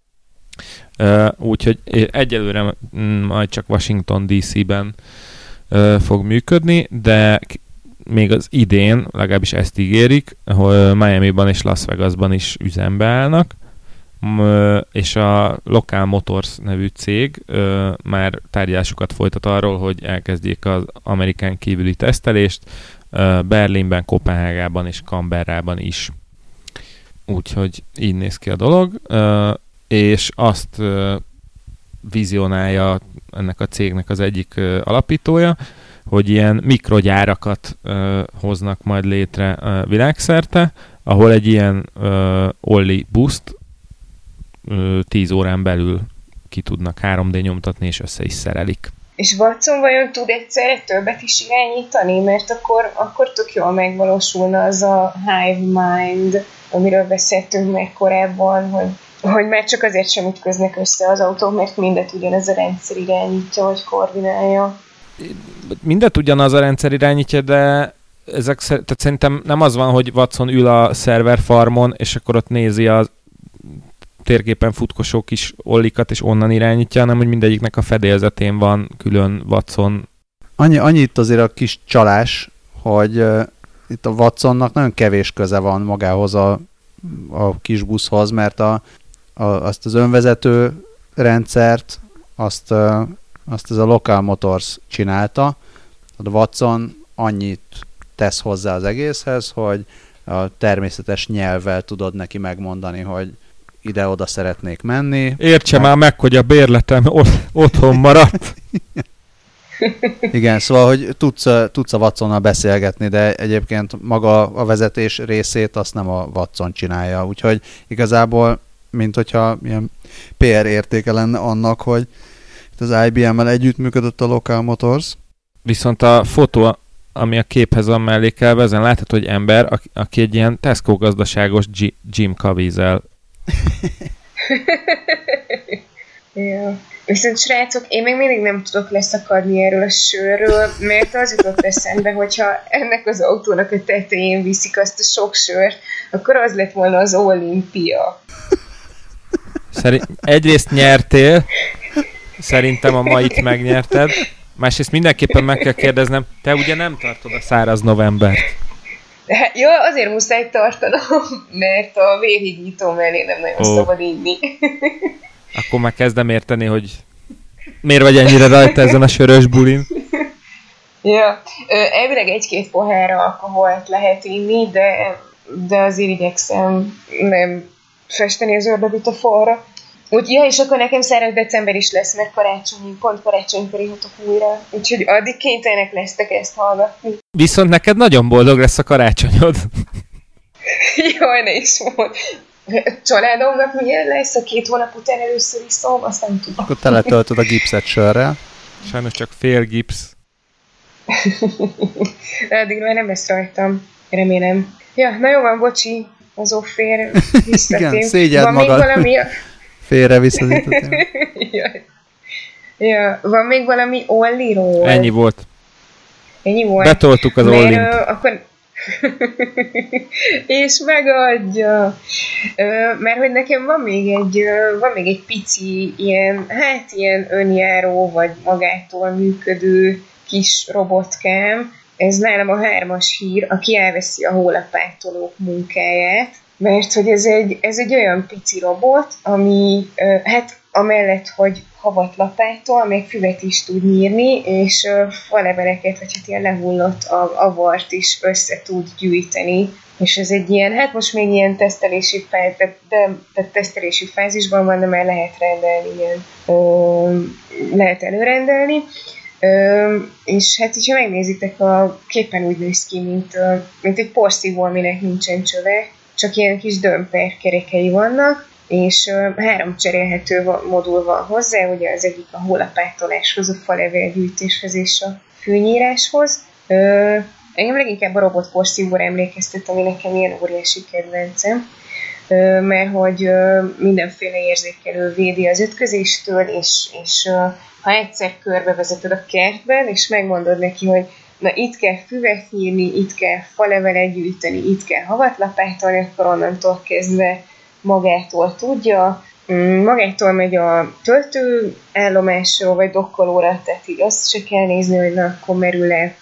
Úgyhogy egyelőre majd csak Washington DC-ben fog működni, de még az idén, legalábbis ezt ígérik, hogy Miami-ban és Las Vegasban is üzembe állnak, és a Local Motors nevű cég már tárgyalásokat folytat arról, hogy elkezdjék az Amerikán kívüli tesztelést Berlinben, Kopenhágában és Canberrában is. Úgyhogy így néz ki a dolog, és azt vizionálja ennek a cégnek az egyik alapítója, hogy ilyen mikrogyárakat hoznak majd létre világszerte, ahol egy ilyen Olli buszt 10 órán belül ki tudnak 3D nyomtatni, és össze is szerelik. És Watson vajon tud egyszerre többet is irányítani? Mert akkor tök jól megvalósulna az a hive mind, amiről beszéltünk meg korábban, hogy már csak azért sem ütköznek össze az autók, mert mindet ugyanez a rendszer irányítja, vagy koordinálja. Mindet ugyanaz a rendszer irányítja, de tehát szerintem nem az van, hogy Watson ül a szerver farmon, és akkor ott nézi a térképen futkosó kis ollikat, és onnan irányítja, hanem hogy mindegyiknek a fedélzetén van külön Watson. Annyi itt azért a kis csalás, hogy itt a Watsonnak nagyon kevés köze van magához a kis buszhoz, mert azt az önvezető rendszert, azt ez a Local Motors csinálta. A Watson annyit tesz hozzá az egészhez, hogy a természetes nyelvvel tudod neki megmondani, hogy ide-oda szeretnék menni. Értse már meg, hogy a bérletem otthon maradt. Igen, szóval, hogy tudsz a Watsonnal beszélgetni, de egyébként maga a vezetés részét azt nem a Watson csinálja. Úgyhogy igazából, mint hogyha ilyen PR értéke lenne annak, hogy az IBM-mel együttműködött a Local Motors. Viszont a fotó, ami a képhez van mellékelve, ezen látható, hogy ember, aki egy ilyen Tesco gazdaságos Jim Caviezel. Ja. Viszont srácok, én még mindig nem tudok leszakadni erről a sörről, mert az jutott eszembe, hogyha ennek az autónak a tetején viszik azt a sok sört, akkor az lett volna az Olimpia. Egyrészt nyertél, szerintem a mait megnyerted, másrészt mindenképpen meg kell kérdeznem, te ugye nem tartod a száraz novembert? Jó, azért muszáj tartanom, mert a vérhígító mellé nem nagyon szabad inni. Akkor már kezdem érteni, hogy miért vagy ennyire rajta ezen a sörös bulin. Ja, elvileg 1-2 pohár alkoholt lehet inni, de azért igyekszem nem festeni az ördögöt a falra. Ja, és akkor nekem száraz december is lesz, mert pont karácsonykor ihatok újra. Úgyhogy addig kénytelenek lesztek ezt hallgatni. Viszont neked nagyon boldog lesz a karácsonyod. Jaj, ne is volt. Családomnak milyen lesz, a 2 hónap után először iszom, azt nem tudom. Akkor teletöltöd a gipszet sörrel. Sajnos csak fél gipsz. Addig már nem lesz rajtam, remélem. Ja, na jó van, bocsi, az offér visszatém. Igen, szégyeld van magad. Még valami... Félre visszatítettem. Ja, van még valami Olliról? Ennyi volt. Ennyi volt? Betoltuk az Ollint. Akkor... és megadja. Mert hogy nekem van még egy pici ilyen önjáró, vagy magától működő kis robotkám. Ez nálam a 3-as hír, aki elveszi a hólapátolók munkáját. mert hogy ez egy olyan pici robot, ami hát amellett, hogy havat lapától, még füvet is tud nyírni, és faleveleket, vagy hát ilyen lehullott avart is össze tud gyűjteni. És ez egy ilyen, hát most még ilyen tesztelési fázisban van, de már lehet rendelni, ilyen, lehet előrendelni. És hát, hogyha megnézitek, a képen úgy néz ki, mint egy porszívó, aminek nincsen csöve, csak ilyen kis dömper kerekei vannak, és 3 cserélhető modul van hozzá, ugye az egyik a hóllapátoláshoz, a falevélgyűjtéshez és a fűnyíráshoz. Engem leginkább a robotporszívóra emlékeztet, ami nekem ilyen óriási kedvencem, mert hogy mindenféle érzékelő védi az ütközéstől, és ha egyszer körbevezeted a kertben, és megmondod neki, hogy na itt kell füvet nyírni, itt kell falevelet gyűjteni, itt kell havat lapátolni, akkor onnantól kezdve magától tudja. Magától megy a töltőállomásról, vagy dokkolóra, tehát így azt se kell nézni, hogy na, akkor merül-e.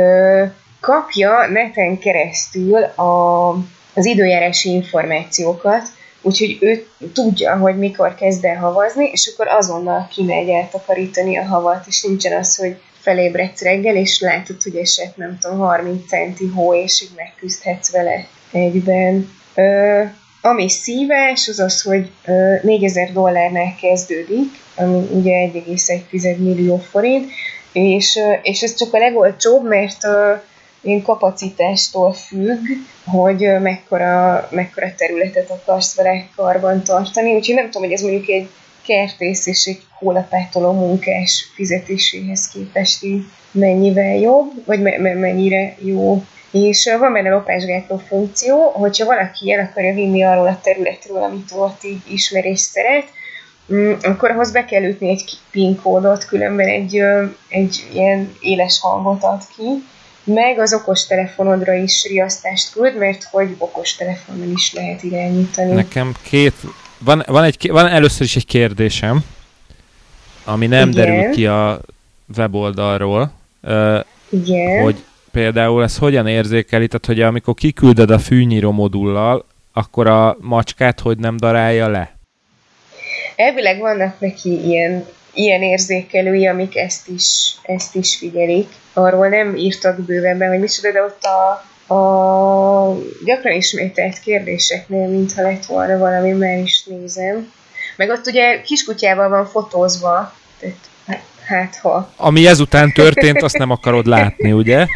Kapja neten keresztül az időjárási információkat, úgyhogy ő tudja, hogy mikor kezd el havazni, és akkor azonnal kimegy eltakarítani a havat, és nincsen az, hogy felébredsz reggel, és látod, hogy esett, nem tudom, 30 centi hó, és így megküzdhetsz vele egyben. Ami szívás, az az, hogy $4000 kezdődik, ami ugye 1,1 millió forint, és ez csak a legolcsóbb, mert ilyen kapacitástól függ, hogy mekkora területet akarsz vele karban tartani. Úgyhogy nem tudom, hogy ez mondjuk egy kertész és egy hóllapátoló munkás fizetéséhez képest mennyivel jobb, vagy mennyire jó. És van benne lopásgátló funkció, hogyha valaki el akarja vinni arról a területről, amit ott így ismer és szeret, akkor ahhoz be kell ütni egy PIN kódot, különben egy ilyen éles hangot ad ki, meg az okostelefonodra is riasztást küld, mert hogy okostelefonon is lehet irányítani. Nekem van először is egy kérdésem, ami nem derül ki a weboldalról, hogy például ez hogyan érzékeli, tehát hogy amikor kiküldöd a fűnyíró modullal, akkor a macskát hogy nem darálja le? Elvileg vannak neki ilyen érzékelői, amik ezt is figyelik. Arról nem írtak bővebben, hogy micsoda, de ott a gyakran ismételt kérdéseknél, mintha lett volna valami, már is nézem. Meg ott ugye kiskutyával van fotózva, tehát hát ha. Ami ezután történt, azt nem akarod látni, ugye?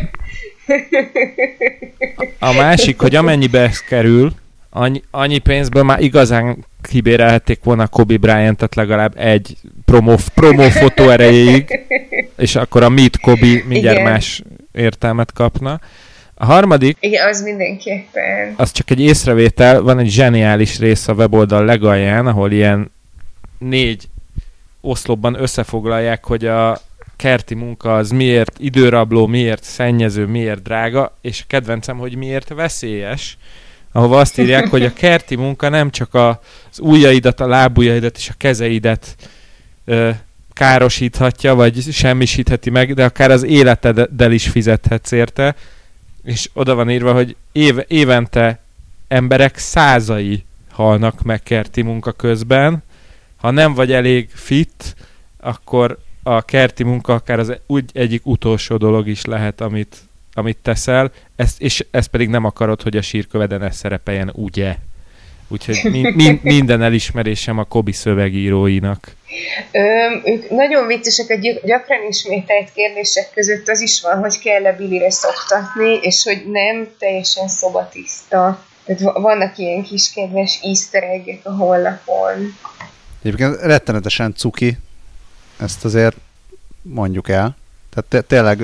A másik, hogy amennyibe ez kerül, annyi pénzből már igazán kibérelhették volna a Kobe Bryant-et legalább egy promo fotó erejéig, és akkor a Meet Kobe mindjárt más értelmet kapna. A harmadik... Igen, az mindenképpen. Az csak egy észrevétel, van egy zseniális rész a weboldal legalján, ahol ilyen 4 oszlopban összefoglalják, hogy a kerti munka az miért időrabló, miért szennyező, miért drága, és a kedvencem, hogy miért veszélyes, ahova azt írják, hogy a kerti munka nem csak az ujjaidat, a lábujjaidat és a kezeidet károsíthatja, vagy semmisítheti meg, de akár az életeddel is fizethetsz érte, és oda van írva, hogy évente emberek 100-ai halnak meg kerti munka közben. Ha nem vagy elég fit, akkor a kerti munka akár az egyik utolsó dolog is lehet, amit teszel, és ezt pedig nem akarod, hogy a sírköveden ez szerepeljen, ugye? Úgyhogy minden elismerésem a Kobe szövegíróinak. Ők nagyon viccesek, a gyakran ismételt kérdések között az is van, hogy kell-e Billire szoktatni, és hogy nem teljesen szobatiszta. Tehát vannak ilyen kis kedves easter egg-ek a honlapon. Egyébként rettenetesen cuki, ezt azért mondjuk el. Tehát tényleg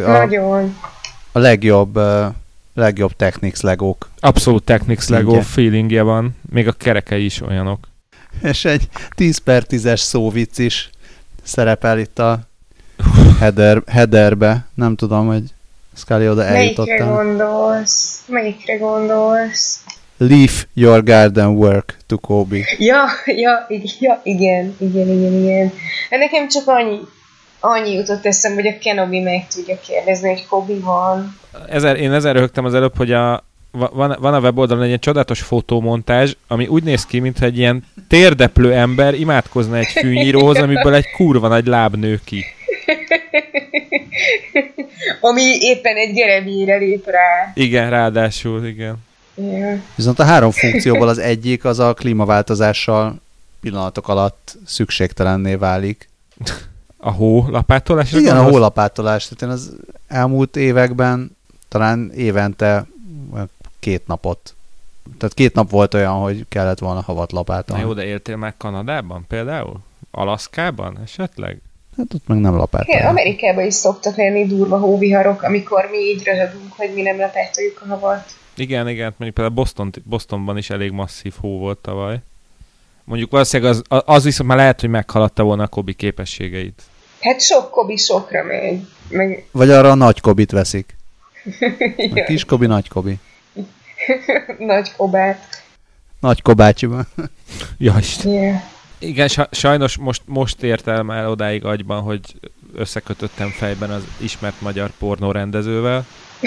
a legjobb Technics legók. Abszolút Technics Lego feelingje van, még a kerekei is olyanok. És egy 10/10-es szóvic is szerepel itt a headerbe. Nem tudom, hogy Scully oda eljutottál. Melyikre gondolsz? Leave your garden work to Kobe. Ja, igen. Nekem csak annyi jutott eszembe, hogy a Kenobi meg tudja kérdezni, hogy Kobe van. Én ezzel röhögtem az előbb, hogy van a weboldalon egy ilyen csodálatos fotómontázs, ami úgy néz ki, mintha egy ilyen térdeplő ember imádkozna egy fűnyíróhoz, amiből egy kurva nagy láb nő ki. Ami éppen egy gerebjére lép rá. Igen, ráadásul, igen. Yeah. Viszont a 3 funkcióból az egyik az a klímaváltozással pillanatok alatt szükségtelenné válik. A hólapátolásra? Igen, a hólapátolás. Tehát én az elmúlt években talán évente 2 napot. Tehát 2 nap volt olyan, hogy kellett volna havat lapátolni. Na jó, de éltél már Kanadában például? Alaszkában esetleg? Hát ott meg nem lapátolni. Igen, Amerikában is szoktak lenni durva hóviharok, amikor mi így röhögünk, hogy mi nem lapátoljuk a havat. Igen, mondjuk például Bostonban is elég masszív hó volt tavaly. Mondjuk valószínűleg az viszont már lehet, hogy meghaladta volna a Kobi képességeit. Hát sok Kobi sokra megy. Vagy arra a nagy Kobit veszik. A kis Kobi, nagy Kobi. Nagy Kobát. Nagy Kobácsiban. Ja, Isten. Yeah. Igen, sajnos most értem el odáig agyban, hogy összekötöttem fejben az ismert magyar pornórendezővel.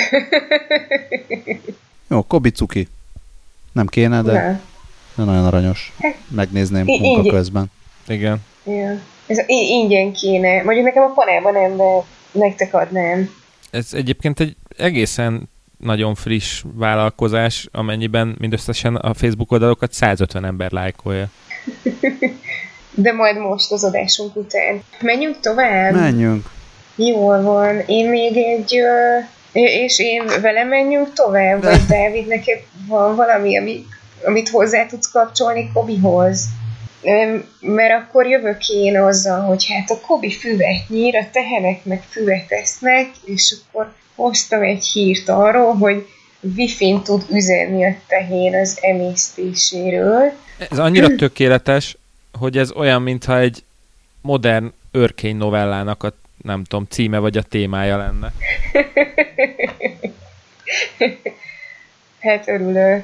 Jó, Kobi cuki. Nem kéne, de nagyon aranyos. Megnézném munka közben. Igen. Yeah. Ez ingyen kéne. Mondjuk nekem a panelban nem, de nektek adnám. Ez egyébként egy egészen nagyon friss vállalkozás, amennyiben mindösszesen a Facebook oldalokat 150 ember lájkolja. De majd most az adásunk után. Menjünk tovább? Menjünk. Jól van. Én még egy... És én velem menjünk tovább? Vagy Dávid, neked van valami, amit hozzá tudsz kapcsolni Kobihoz? Mert akkor jövök én azzal, hogy hát a Kobi füvet nyír, a tehenek meg füvet esznek, és akkor hoztam egy hírt arról, hogy Wi-Fi-n tud üzenni a tehén az emésztéséről. Ez annyira tökéletes, hogy ez olyan, mintha egy modern őrkény novellának a, nem tudom, címe vagy a témája lenne. Hát örülök.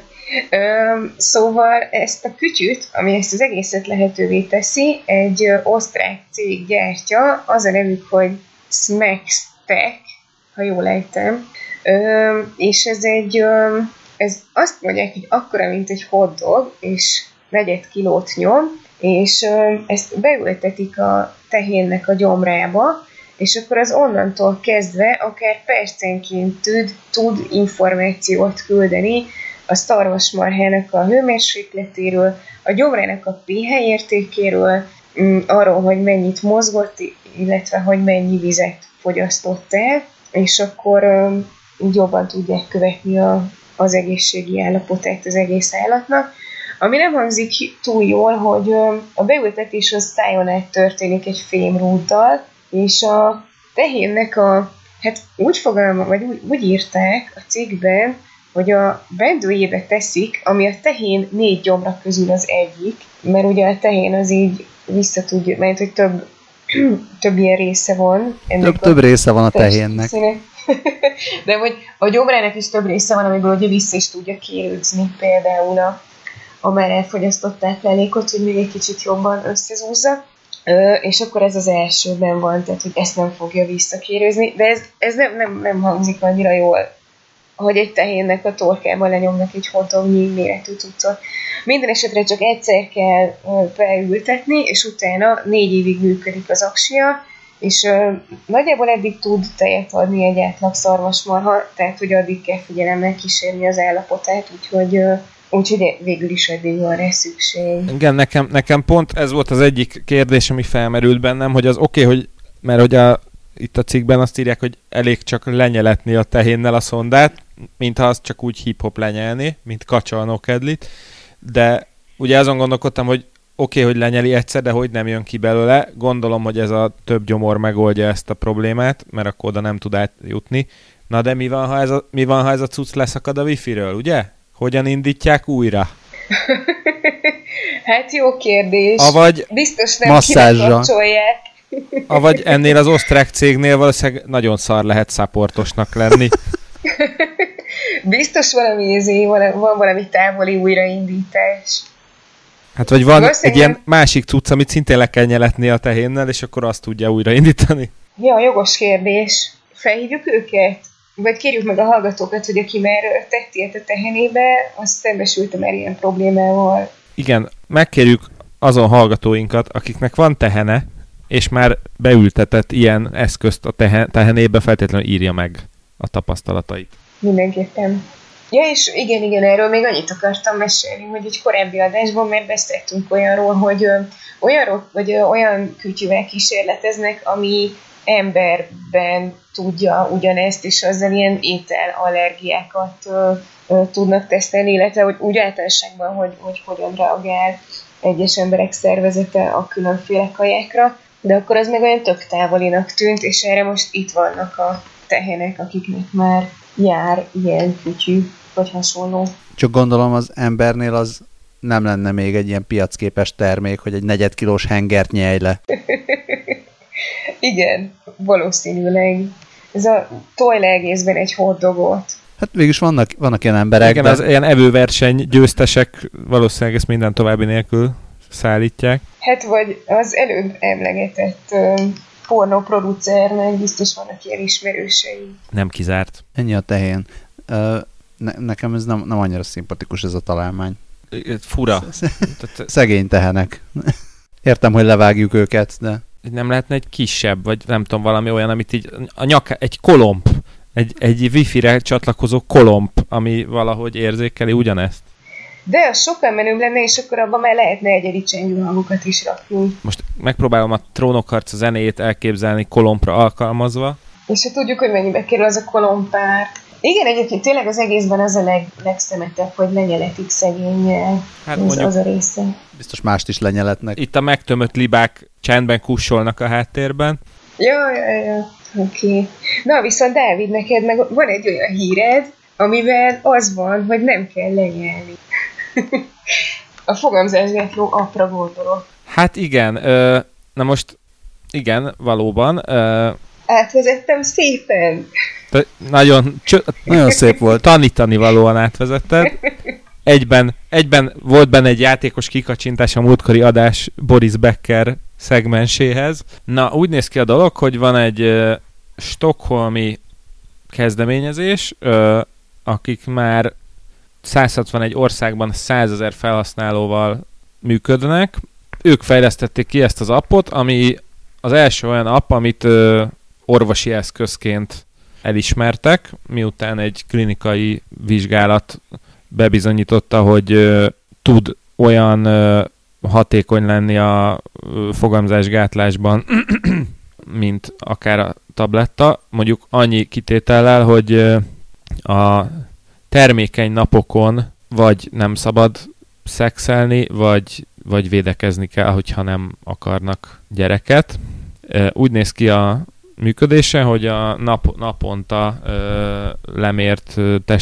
Szóval ezt a kütyüt, ami ezt az egészet lehetővé teszi, egy osztrák cég gyártja, az a nevük, hogy Smextech, ha jól ejtem, és ez azt mondják, hogy akkora, mint egy hotdog, és 4 kilót nyom, és ezt beültetik a tehénnek a gyomrába, és akkor az onnantól kezdve akár percenként tud információt küldeni a szarvasmarhának a hőmérsékletéről, a gyomrának a pH értékéről, arról, hogy mennyit mozgott, illetve hogy mennyi vizet fogyasztott el, és akkor így jobban tudják követni az egészségi állapotát az egész állatnak. Ami nem hangzik túl jól, hogy a beültetés az szájon át történik egy fémrúddal, és a tehénnek hát úgy fogalmam, vagy úgy írták a cikkben, hogy a bendőjébe teszik, ami a tehén 4 gyomra közül az egyik, mert ugye a tehén az így vissza tudja, mert hogy több ilyen része van. Több része van a tehénnek. De hogy a gyomrának is több része van, amiből ugye vissza is tudja kérőzni például a már elfogyasztott táplálékot, hogy még egy kicsit jobban összezúzza. És akkor ez az elsőben van, tehát hogy ezt nem fogja visszakérőzni, de ez nem hangzik annyira jól, hogy egy tehénnek a torkában lenyomnak egy hotognyi méretű cuccot. Minden esetre csak egyszer kell beültetni, és utána 4 évig működik az aksia, és nagyjából eddig tud tejet adni egy átlag szarvasmarha, tehát hogy addig kell figyelemmel kísérni az állapotát, úgyhogy végül is eddig van rá szükség. Igen, nekem pont ez volt az egyik kérdés, ami felmerült bennem, hogy az oké, hogy mert hogy itt a cikkben azt írják, hogy elég csak lenyeletni a tehénnel a szondát, mintha azt csak úgy hip-hop lenyelni, mint kacsa a nokedlit, de ugye azon gondolkodtam, hogy oké, hogy lenyeli egyszer, de hogy nem jön ki belőle. Gondolom, hogy ez a több gyomor megoldja ezt a problémát, mert akkor oda nem tud átjutni. Na de mi van, ha ez a cucc leszakad a wifi-ről, ugye? Hogyan indítják újra? Hát jó kérdés. Avagy biztos nem kikapcsolják. Avagy ennél az osztrák cégnél valószínűleg nagyon szar lehet supportosnak lenni. Biztos van valami távoli újraindítás. Hát vagy van egy ilyen másik cucc, amit szintén le kell nyeletni a tehénnel, és akkor azt tudja újraindítani. Ja, jogos kérdés. Felhívjuk őket? vagy kérjük meg a hallgatókat, hogy aki már tett ilyet a tehenébe, az szembesült már ilyen problémával. Igen, megkérjük azon hallgatóinkat, akiknek van tehene, és már beültetett ilyen eszközt a tehenébe, feltétlenül írja meg a tapasztalatait. Mindenképpen. Ja, és igen, erről még annyit akartam mesélni, hogy egy korábbi adásban már beszéltünk olyanról, hogy olyan kütyüvel kísérleteznek, ami emberben tudja ugyanezt, és azzal ilyen ételallergiákat tudnak tesztelni, illetve hogy úgy általánosságban, hogy hogyan reagál egyes emberek szervezete a különféle kajákra, de akkor az meg olyan tök távolinak tűnt, és erre most itt vannak a tehenek, akiknek már jár ilyen kütyű, vagy hasonló. Csak gondolom az embernél az nem lenne még egy ilyen piacképes termék, hogy egy 4 kilós hengert nyelj le. Igen, valószínűleg. Ez a tolj le egészben egy hotdogot. Hát végülis vannak ilyen emberek. Igen, az ilyen evőverseny győztesek valószínűleg ezt minden további nélkül szállítják. Hát vagy az előbb emlegetett pornóproducernek biztos vannak ilyen ismerősei. Nem kizárt. Ennyi a tehén. Nekem ez nem annyira szimpatikus ez a találmány. Fura. Szegény tehenek. Értem, hogy levágjuk őket, de... Nem lehetne egy kisebb, vagy nem tudom, valami olyan, amit így egy kolomb, egy wifi-re csatlakozó kolomb, ami valahogy érzékeli ugyanezt. De az sokkal menőbb lenne, és akkor abban már lehetne egyedi csengő hangokat is rakni. Most megpróbálom a Trónokharca zenéjét elképzelni kolombra alkalmazva. És ha tudjuk, hogy mennyibe kerül az a kolompár. Igen, egyébként tényleg az egészben az a legszemetebb, hogy lenyeletik szegényel. Hát az a része. Biztos mást is lenyeletnek. Itt a megtömött libák csendben kussolnak a háttérben. Ja. Oké. Na, viszont Dávid, neked meg van egy olyan híred, amivel az van, hogy nem kell lenyelni. A fogamzásgátló apra gondolok. Hát igen, na most igen, valóban. Átvezettem szépen. Nagyon szép volt. Tanítani valóan átvezetted. Egyben volt benne egy játékos kikacsintás a múltkori adás Boris Becker szegmenséhez. Na, úgy néz ki a dolog, hogy van egy stockholmi kezdeményezés, akik már 161 országban 100 000 felhasználóval működnek. Ők fejlesztették ki ezt az appot, ami az első olyan app, amit orvosi eszközként elismertek, miután egy klinikai vizsgálat bebizonyította, hogy tud olyan hatékony lenni a fogamzásgátlásban, mint akár a tabletta. Mondjuk annyi kitétellel, hogy a termékeny napokon vagy nem szabad szexelni, vagy védekezni kell, hogyha nem akarnak gyereket. Úgy néz ki a működése, hogy a naponta lemért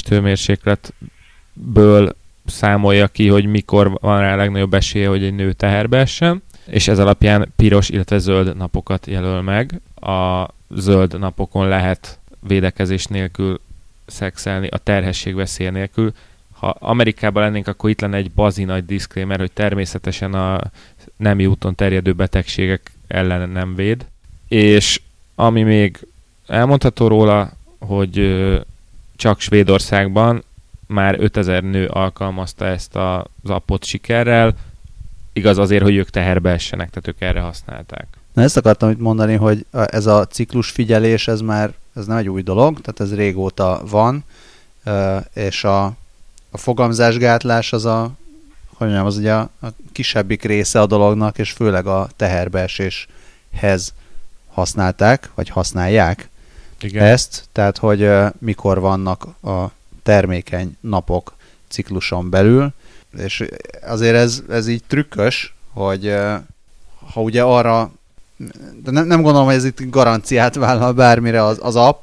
testhőmérsékletből számolja ki, hogy mikor van rá a legnagyobb esélye, hogy egy nő teherbe essen, és ez alapján piros, illetve zöld napokat jelöl meg. A zöld napokon lehet védekezés nélkül szexelni, a terhesség veszélye nélkül. Ha Amerikában lennénk, akkor itt lenne egy bazi nagy disclaimer, hogy természetesen a nemi úton terjedő betegségek ellen nem véd. És ami még elmondható róla, hogy csak Svédországban már 5000 nő alkalmazta ezt az appot sikerrel, igaz azért, hogy ők teherbe essenek, tehát ők erre használták. Na ezt akartam itt mondani, hogy ez a ciklusfigyelés, ez nem egy új dolog, tehát ez régóta van, és a fogamzásgátlás az az ugye a kisebbik része a dolognak, és főleg a teherbeeséshez használták, vagy használják. Igen. Ezt, tehát hogy mikor vannak a termékeny napok cikluson belül, és azért ez így trükkös, hogy ha ugye arra, de nem gondolom, hogy ez itt garanciát vállal bármire az app,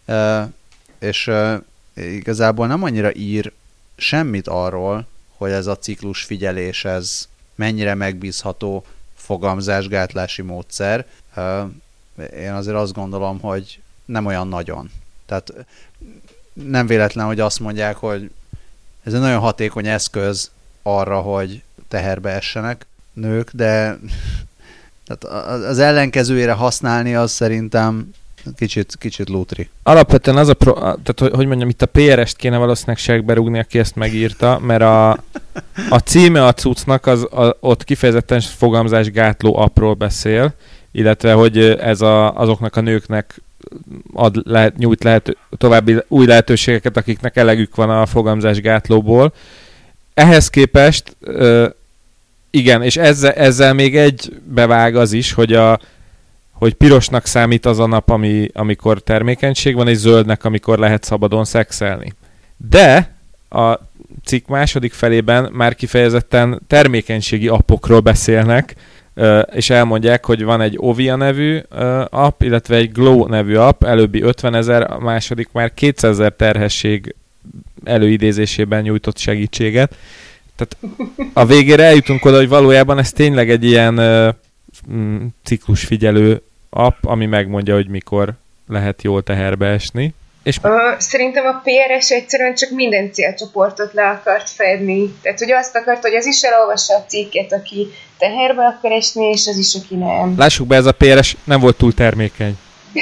és igazából nem annyira ír semmit arról, hogy ez a ciklusfigyelés, ez mennyire megbízható fogamzásgátlási módszer. Én azért azt gondolom, hogy nem olyan nagyon. Tehát nem véletlen, hogy azt mondják, hogy ez egy nagyon hatékony eszköz arra, hogy teherbe essenek nők, de tehát az ellenkezőjére használni az szerintem kicsit lútri. Alapvetően az tehát hogy mondjam, itt a PRS-t kéne valószínűleg segbe rúgni, aki ezt megírta, mert a címe a cuccnak ott kifejezetten fogamzásgátló appról beszél, illetve hogy ez azoknak a nőknek nyújt további új lehetőségeket, akiknek elegük van a fogamzásgátlóból. Ehhez képest igen, és ezzel még egy bevág az is, hogy pirosnak számít az a nap, amikor termékenység van, és zöldnek, amikor lehet szabadon szexelni. De a cikk második felében már kifejezetten termékenységi appokról beszélnek, és elmondják, hogy van egy Ovia nevű app, illetve egy Glow nevű app, előbbi 50 000, a második már 200 000 terhesség előidézésében nyújtott segítséget. Tehát a végére eljutunk oda, hogy valójában ez tényleg egy ilyen ciklusfigyelő app, ami megmondja, hogy mikor lehet jól teherbe esni. És szerintem a PRS egyszerűen csak minden célcsoportot le akart fedni. Tehát, hogy azt akart, hogy az is elolvassa a cikket, aki teherbe akar esni, és az is, aki nem. Lássuk be, ez a PRS nem volt túl termékeny.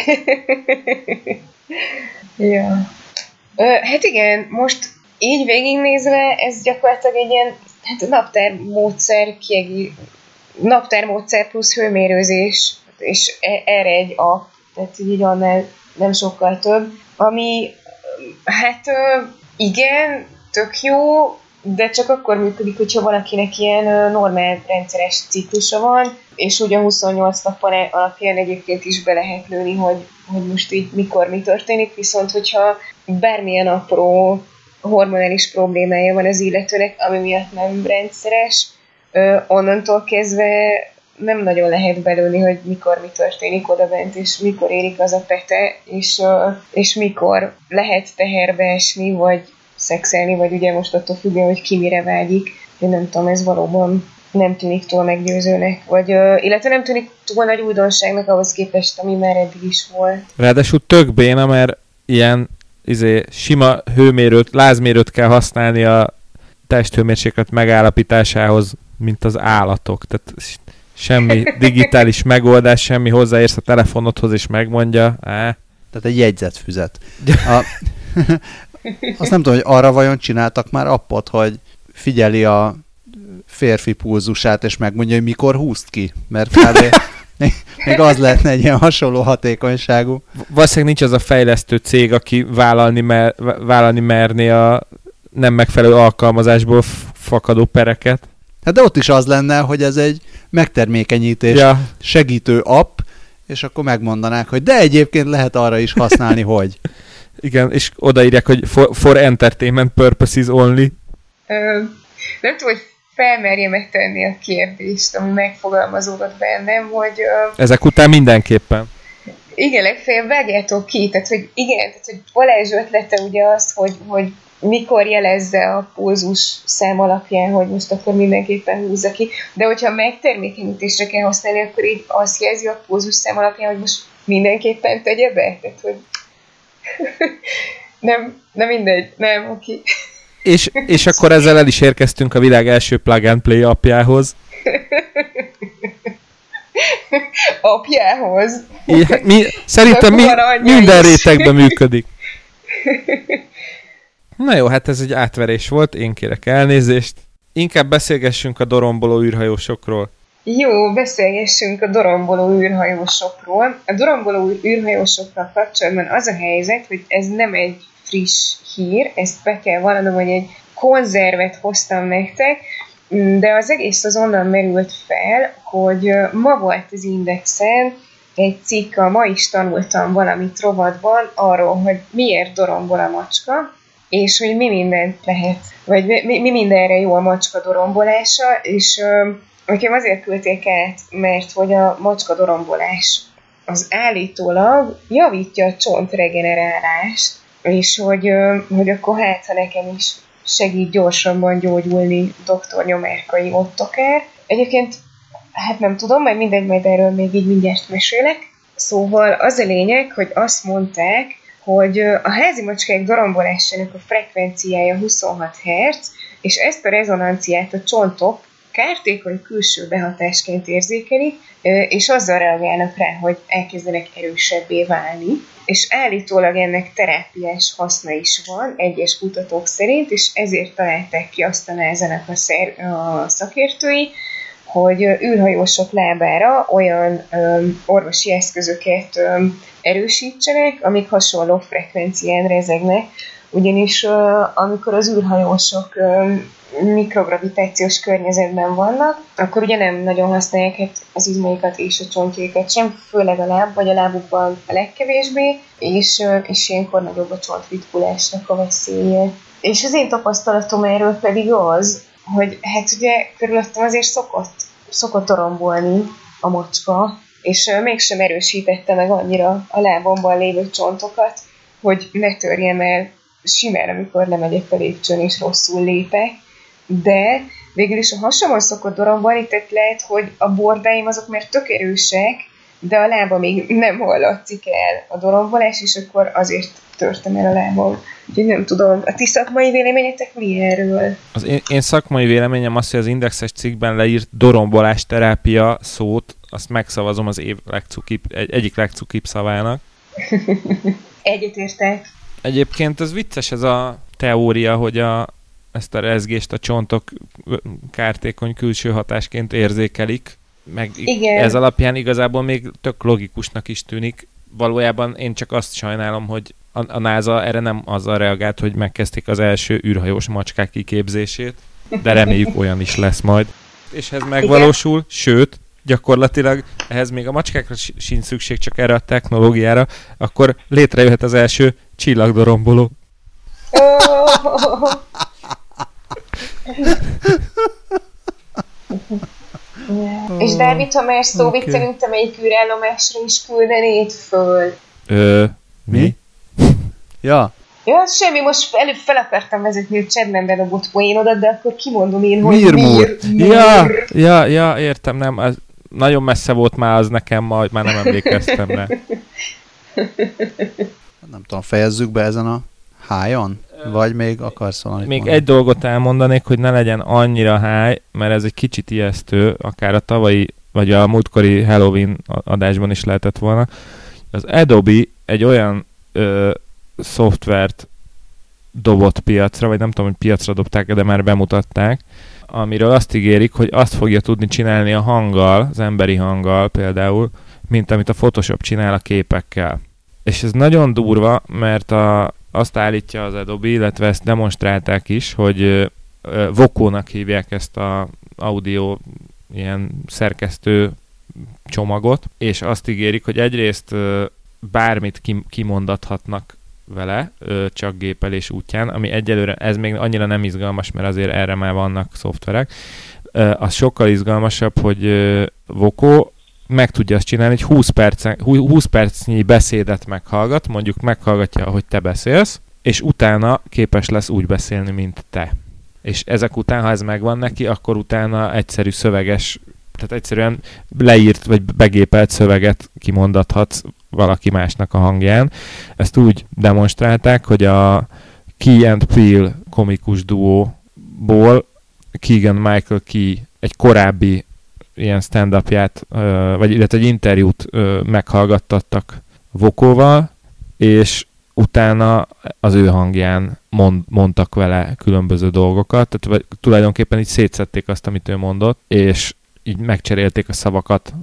Ja. Hát igen, most így végignézve, ez gyakorlatilag egy ilyen naptármódszer plusz hőmérőzés, és erre egy app, tehát így annál nem sokkal több, ami igen, tök jó, de csak akkor működik, hogyha valakinek ilyen normál rendszeres ciklusa van, és ugye 28 nap alapján egyébként is be lehet lőni, hogy most így mikor mi történik, viszont hogyha bármilyen apró hormonális problémája van az illetőnek, ami miatt nem rendszeres, onnantól kezdve nem nagyon lehet belőni, hogy mikor mi történik odabent, és mikor érik az a pete, és mikor lehet teherbe esni, vagy szexelni, vagy ugye most attól függően, hogy ki mire vágyik. Én nem tudom, ez valóban nem tűnik túl meggyőzőnek, vagy, illetve nem tűnik túl nagy újdonságnak ahhoz képest, ami már eddig is volt. Ráadásul tök béna, mert ilyen sima hőmérőt, lázmérőt kell használni a testhőmérséklet megállapításához, mint az állatok. Tehát semmi digitális megoldás, semmi hozzáérsz a telefonodhoz, és megmondja. Tehát egy jegyzetfüzet. Azt nem tudom, hogy arra vajon csináltak már appot, hogy figyeli a férfi pulzusát, és megmondja, hogy mikor húzt ki. Mert még az lehetne egy ilyen hasonló hatékonyságú. Valószínűleg nincs az a fejlesztő cég, aki vállalni merné a nem megfelelő alkalmazásból fakadó pereket. Hát de ott is az lenne, hogy ez egy megtermékenyítés segítő app, és akkor megmondanák, hogy de egyébként lehet arra is használni, hogy. Igen, és odaírják, hogy for entertainment purposes only. Nem tudom, hogy felmerje megtenni a kérdést, ami megfogalmazódott bennem, hogy... Ezek után mindenképpen. Igen, legfeljebb vágjátok ki, tehát hogy Balázs ötlete ugye az, hogy mikor jelezze a pulzus szám alapján, hogy most akkor mindenképpen húzza ki, de hogyha megtermékenyítésre kell használni, akkor így azt jelzi a pulzus szám alapján, hogy most mindenképpen tegye be, tehát hogy nem mindegy, nem, oké. És akkor ezzel el is érkeztünk a világ első plug and play appjához. Apjához? Szerintem minden rétegben működik. Na jó, hát ez egy átverés volt, én kérek elnézést. Inkább beszélgessünk a doromboló űrhajósokról. Jó, beszélgessünk a doromboló űrhajósokról. A doromboló űrhajósokkal kapcsolatban az a helyzet, hogy ez nem egy friss hír, ezt be kell vallanom, hogy egy konzervet hoztam nektek, de az egész az onnan merült fel, hogy ma volt az Indexen egy cikk, ma is tanultam valamit rovatban arról, hogy miért dorombol a macska, és hogy mi mindent lehet, vagy mi mindenre jó a macska dorombolása, és nekem azért küldték át, mert hogy a macska dorombolás az állítólag javítja a csontregenerálást, és hogy akkor hát, ha nekem is segít gyorsabban gyógyulni dr. Nyomárkai Ottokár. Egyébként, hát nem tudom, majd erről még így mindjárt mesélek. Szóval az a lényeg, hogy azt mondták, hogy a házi macskák dorombolásának a frekvenciája 26 Hz, és ezt a rezonanciát a csontok kártékony külső behatásként érzékelik, és azzal reagálnak rá, hogy elkezdenek erősebbé válni. És állítólag ennek terápiás haszna is van egyes kutatók szerint, és ezért találták ki azt a NASA-nak a szakértői, hogy űrhajósok lábára olyan orvosi eszközöket erősítsenek, amik hasonló frekvencián rezegnek, ugyanis amikor az űrhajósok mikrogravitációs környezetben vannak, akkor ugye nem nagyon használják az izmaikat és a csontjaikat sem, főleg a láb, vagy a lábukban a legkevésbé, és ilyenkor nagyobb a csontritkulásnak a veszélye. És az én tapasztalatom erről pedig az, hogy hát ugye körülöttem azért szokott torombolni a macska, és mégsem erősítette meg annyira a lábomban lévő csontokat, hogy ne törjem el simán, amikor lemegyek a lépcsőn és rosszul lépek, de végül is a hasamon szokott dorombolni, tehát lehet, hogy a bordáim azok már tök erősek, de a lába még nem hallatszik el a dorombolás, és akkor azért törtem el a lábam. Úgyhogy nem tudom, a ti szakmai véleményetek mi erről? Az én szakmai véleményem az, hogy az Indexes cikkben leírt dorombolás terápia szót, azt megszavazom az év egyik legcukibb szavának. Egyetértek. Egyébként ez vicces ez a teória, hogy ezt a rezgést a csontok kártékony külső hatásként érzékelik, meg igen. Ez alapján igazából még tök logikusnak is tűnik. Valójában én csak azt sajnálom, hogy a NASA erre nem azzal reagált, hogy megkezdték az első űrhajós macskák kiképzését, de reméljük olyan is lesz majd. És ez megvalósul, igen. Sőt, gyakorlatilag ehhez még a macskákra sincs szükség, csak erre a technológiára, akkor létrejöhet az első csillagdoromboló. És Dávid, ha már szó viccelünk, te melyik űrállomásra is küldenéd föl? Mi? Ja. Ja, semmi, most előbb fel akartam vezetni a chatben bedobott poénodat, de akkor kimondom én, hogy Mir. Ja, értem, nem, az nagyon messze volt már az nekem, már nem emlékeztem rá. Nem tudom, fejezzük be ezen a hájon? Vagy még akarsz valamit Még mondani? egy dolgot elmondanék, hogy ne legyen annyira háj, mert ez egy kicsit ijesztő, akár a tavalyi, vagy a múltkori Halloween adásban is lehetett volna. Az Adobe egy olyan szoftvert dobott piacra, vagy nem tudom, hogy piacra dobták, de már bemutatták, amiről azt ígérik, hogy azt fogja tudni csinálni a hanggal, az emberi hanggal például, mint amit a Photoshop csinál a képekkel. És ez nagyon durva, mert azt állítja az Adobe, illetve ezt demonstrálták is, hogy Vocónak hívják ezt az audio ilyen szerkesztő csomagot, és azt ígérik, hogy egyrészt bármit kimondathatnak vele, csak gépelés útján, ami egyelőre, ez még annyira nem izgalmas, mert azért erre már vannak szoftverek. Az sokkal izgalmasabb, hogy Vocó meg tudja azt csinálni, hogy 20 percnyi beszédet meghallgat, mondjuk meghallgatja, hogy te beszélsz, és utána képes lesz úgy beszélni, mint te. És ezek után, ha ez megvan neki, akkor utána egyszerű szöveges, tehát egyszerűen leírt vagy begépelt szöveget kimondathatsz valaki másnak a hangján. Ezt úgy demonstrálták, hogy a Key and Peele komikus duóból Keegan Michael Key egy korábbi ilyen stand-upját, vagy illetve egy interjút meghallgattattak Vocóval, és utána az ő hangján mondtak vele különböző dolgokat, tehát tulajdonképpen így szétszették azt, amit ő mondott, és így megcserélték a szavakat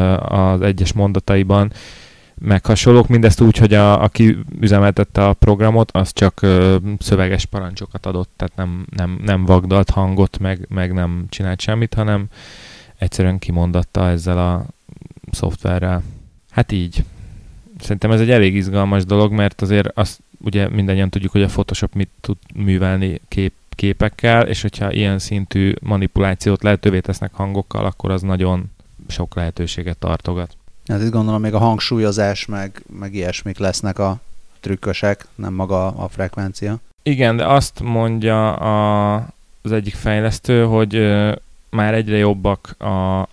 az egyes mondataiban, meg hasonlók, mindezt úgy, hogy aki üzemeltette a programot, az csak szöveges parancsokat adott, tehát nem vagdalt hangot, meg nem csinált semmit, hanem egyszerűen kimondatta ezzel a szoftverrel. Hát így. Szerintem ez egy elég izgalmas dolog, mert azért azt ugye mindannyian tudjuk, hogy a Photoshop mit tud művelni képekkel, és hogyha ilyen szintű manipulációt lehetővé tesznek hangokkal, akkor az nagyon sok lehetőséget tartogat. Hát itt gondolom még a hangsúlyozás, meg ilyesmik lesznek a trükkösek, nem maga a frekvencia. Igen, de azt mondja az egyik fejlesztő, hogy már egyre jobbak a...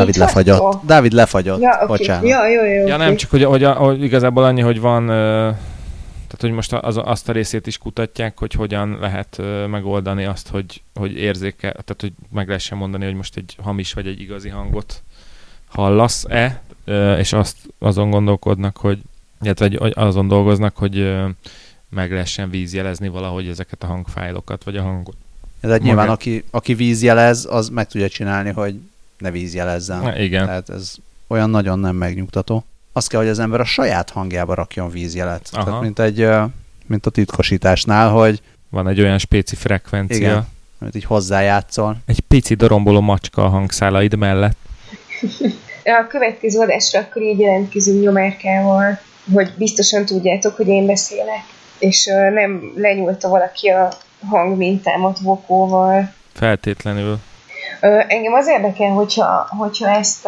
Dávid lefagyott. Ja, okay. Bocsánat. Ja, jó. Ja, nem csak, hogy igazából annyi, hogy van... tehát Tehát, hogy most azt a részét is kutatják, hogy hogyan lehet megoldani azt, hogy érzékel, tehát, hogy meg lehessen mondani, hogy most egy hamis vagy egy igazi hangot hallasz-e, és azon gondolkodnak, illetve azon dolgoznak, hogy meg lehessen vízjelezni valahogy ezeket a hangfájlokat, vagy a hangot. Ez nyilván, aki vízjelez, az meg tudja csinálni, hogy ne vízjelezzen. Igen. Tehát ez olyan nagyon nem megnyugtató. Azt kell, hogy az ember a saját hangjába rakjon vízjelet. Tehát mint a titkosításnál, hogy... Van egy olyan spéci frekvencia. Igen, amit így hozzájátszol. Egy pici doromboló macska a hangszálaid mellett. A következő adásra akkor így jelentkezünk Nyomárkával, hogy biztosan tudjátok, hogy én beszélek. És nem lenyúlta valaki a hangmintámat vokóval. Feltétlenül. Engem az érdekel, hogyha ezt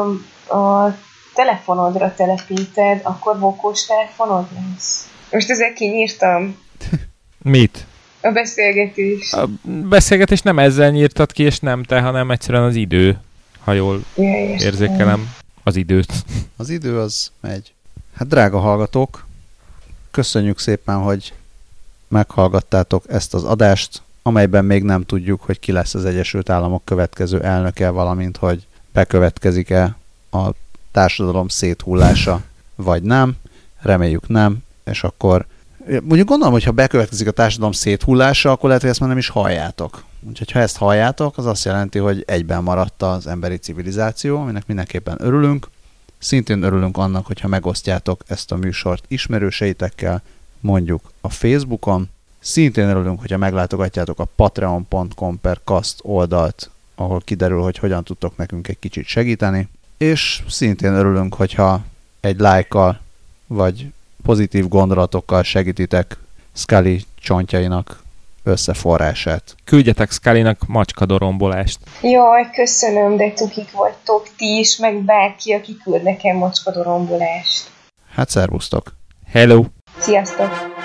a telefonodra telepíted, akkor vokós telefonod lesz. Most ezzel kinyírtam. Mit? A beszélgetés. A beszélgetés nem ezzel nyírtad ki, és nem te, hanem egyszerűen az idő, ha jól érzékelem az időt. Az idő az megy. Hát drága hallgatók, köszönjük szépen, hogy meghallgattátok ezt az adást, amelyben még nem tudjuk, hogy ki lesz az Egyesült Államok következő elnöke, valamint, hogy bekövetkezik-e a társadalom széthullása, vagy nem. Reméljük nem, és akkor mondjuk gondolom, hogy ha bekövetkezik a társadalom széthullása, akkor lehet, hogy ezt már nem is halljátok. Úgyhogy ha ezt halljátok, az azt jelenti, hogy egyben maradt az emberi civilizáció, aminek mindenképpen örülünk. Szintén örülünk annak, hogyha megosztjátok ezt a műsort ismerőseitekkel, mondjuk a Facebookon. Szintén örülünk, hogyha meglátogatjátok a patreon.com/cast oldalt, ahol kiderül, hogy hogyan tudtok nekünk egy kicsit segíteni. És szintén örülünk, hogyha egy lájkkal vagy pozitív gondolatokkal segítitek Scully csontjainak összeforrását. Küldjetek Scullynak macskadorombolást. Jaj, köszönöm, de tukik vagytok ti is, meg bárki, aki küld nekem macskadorombolást. Hát szervusztok! Hello! Sziasztok!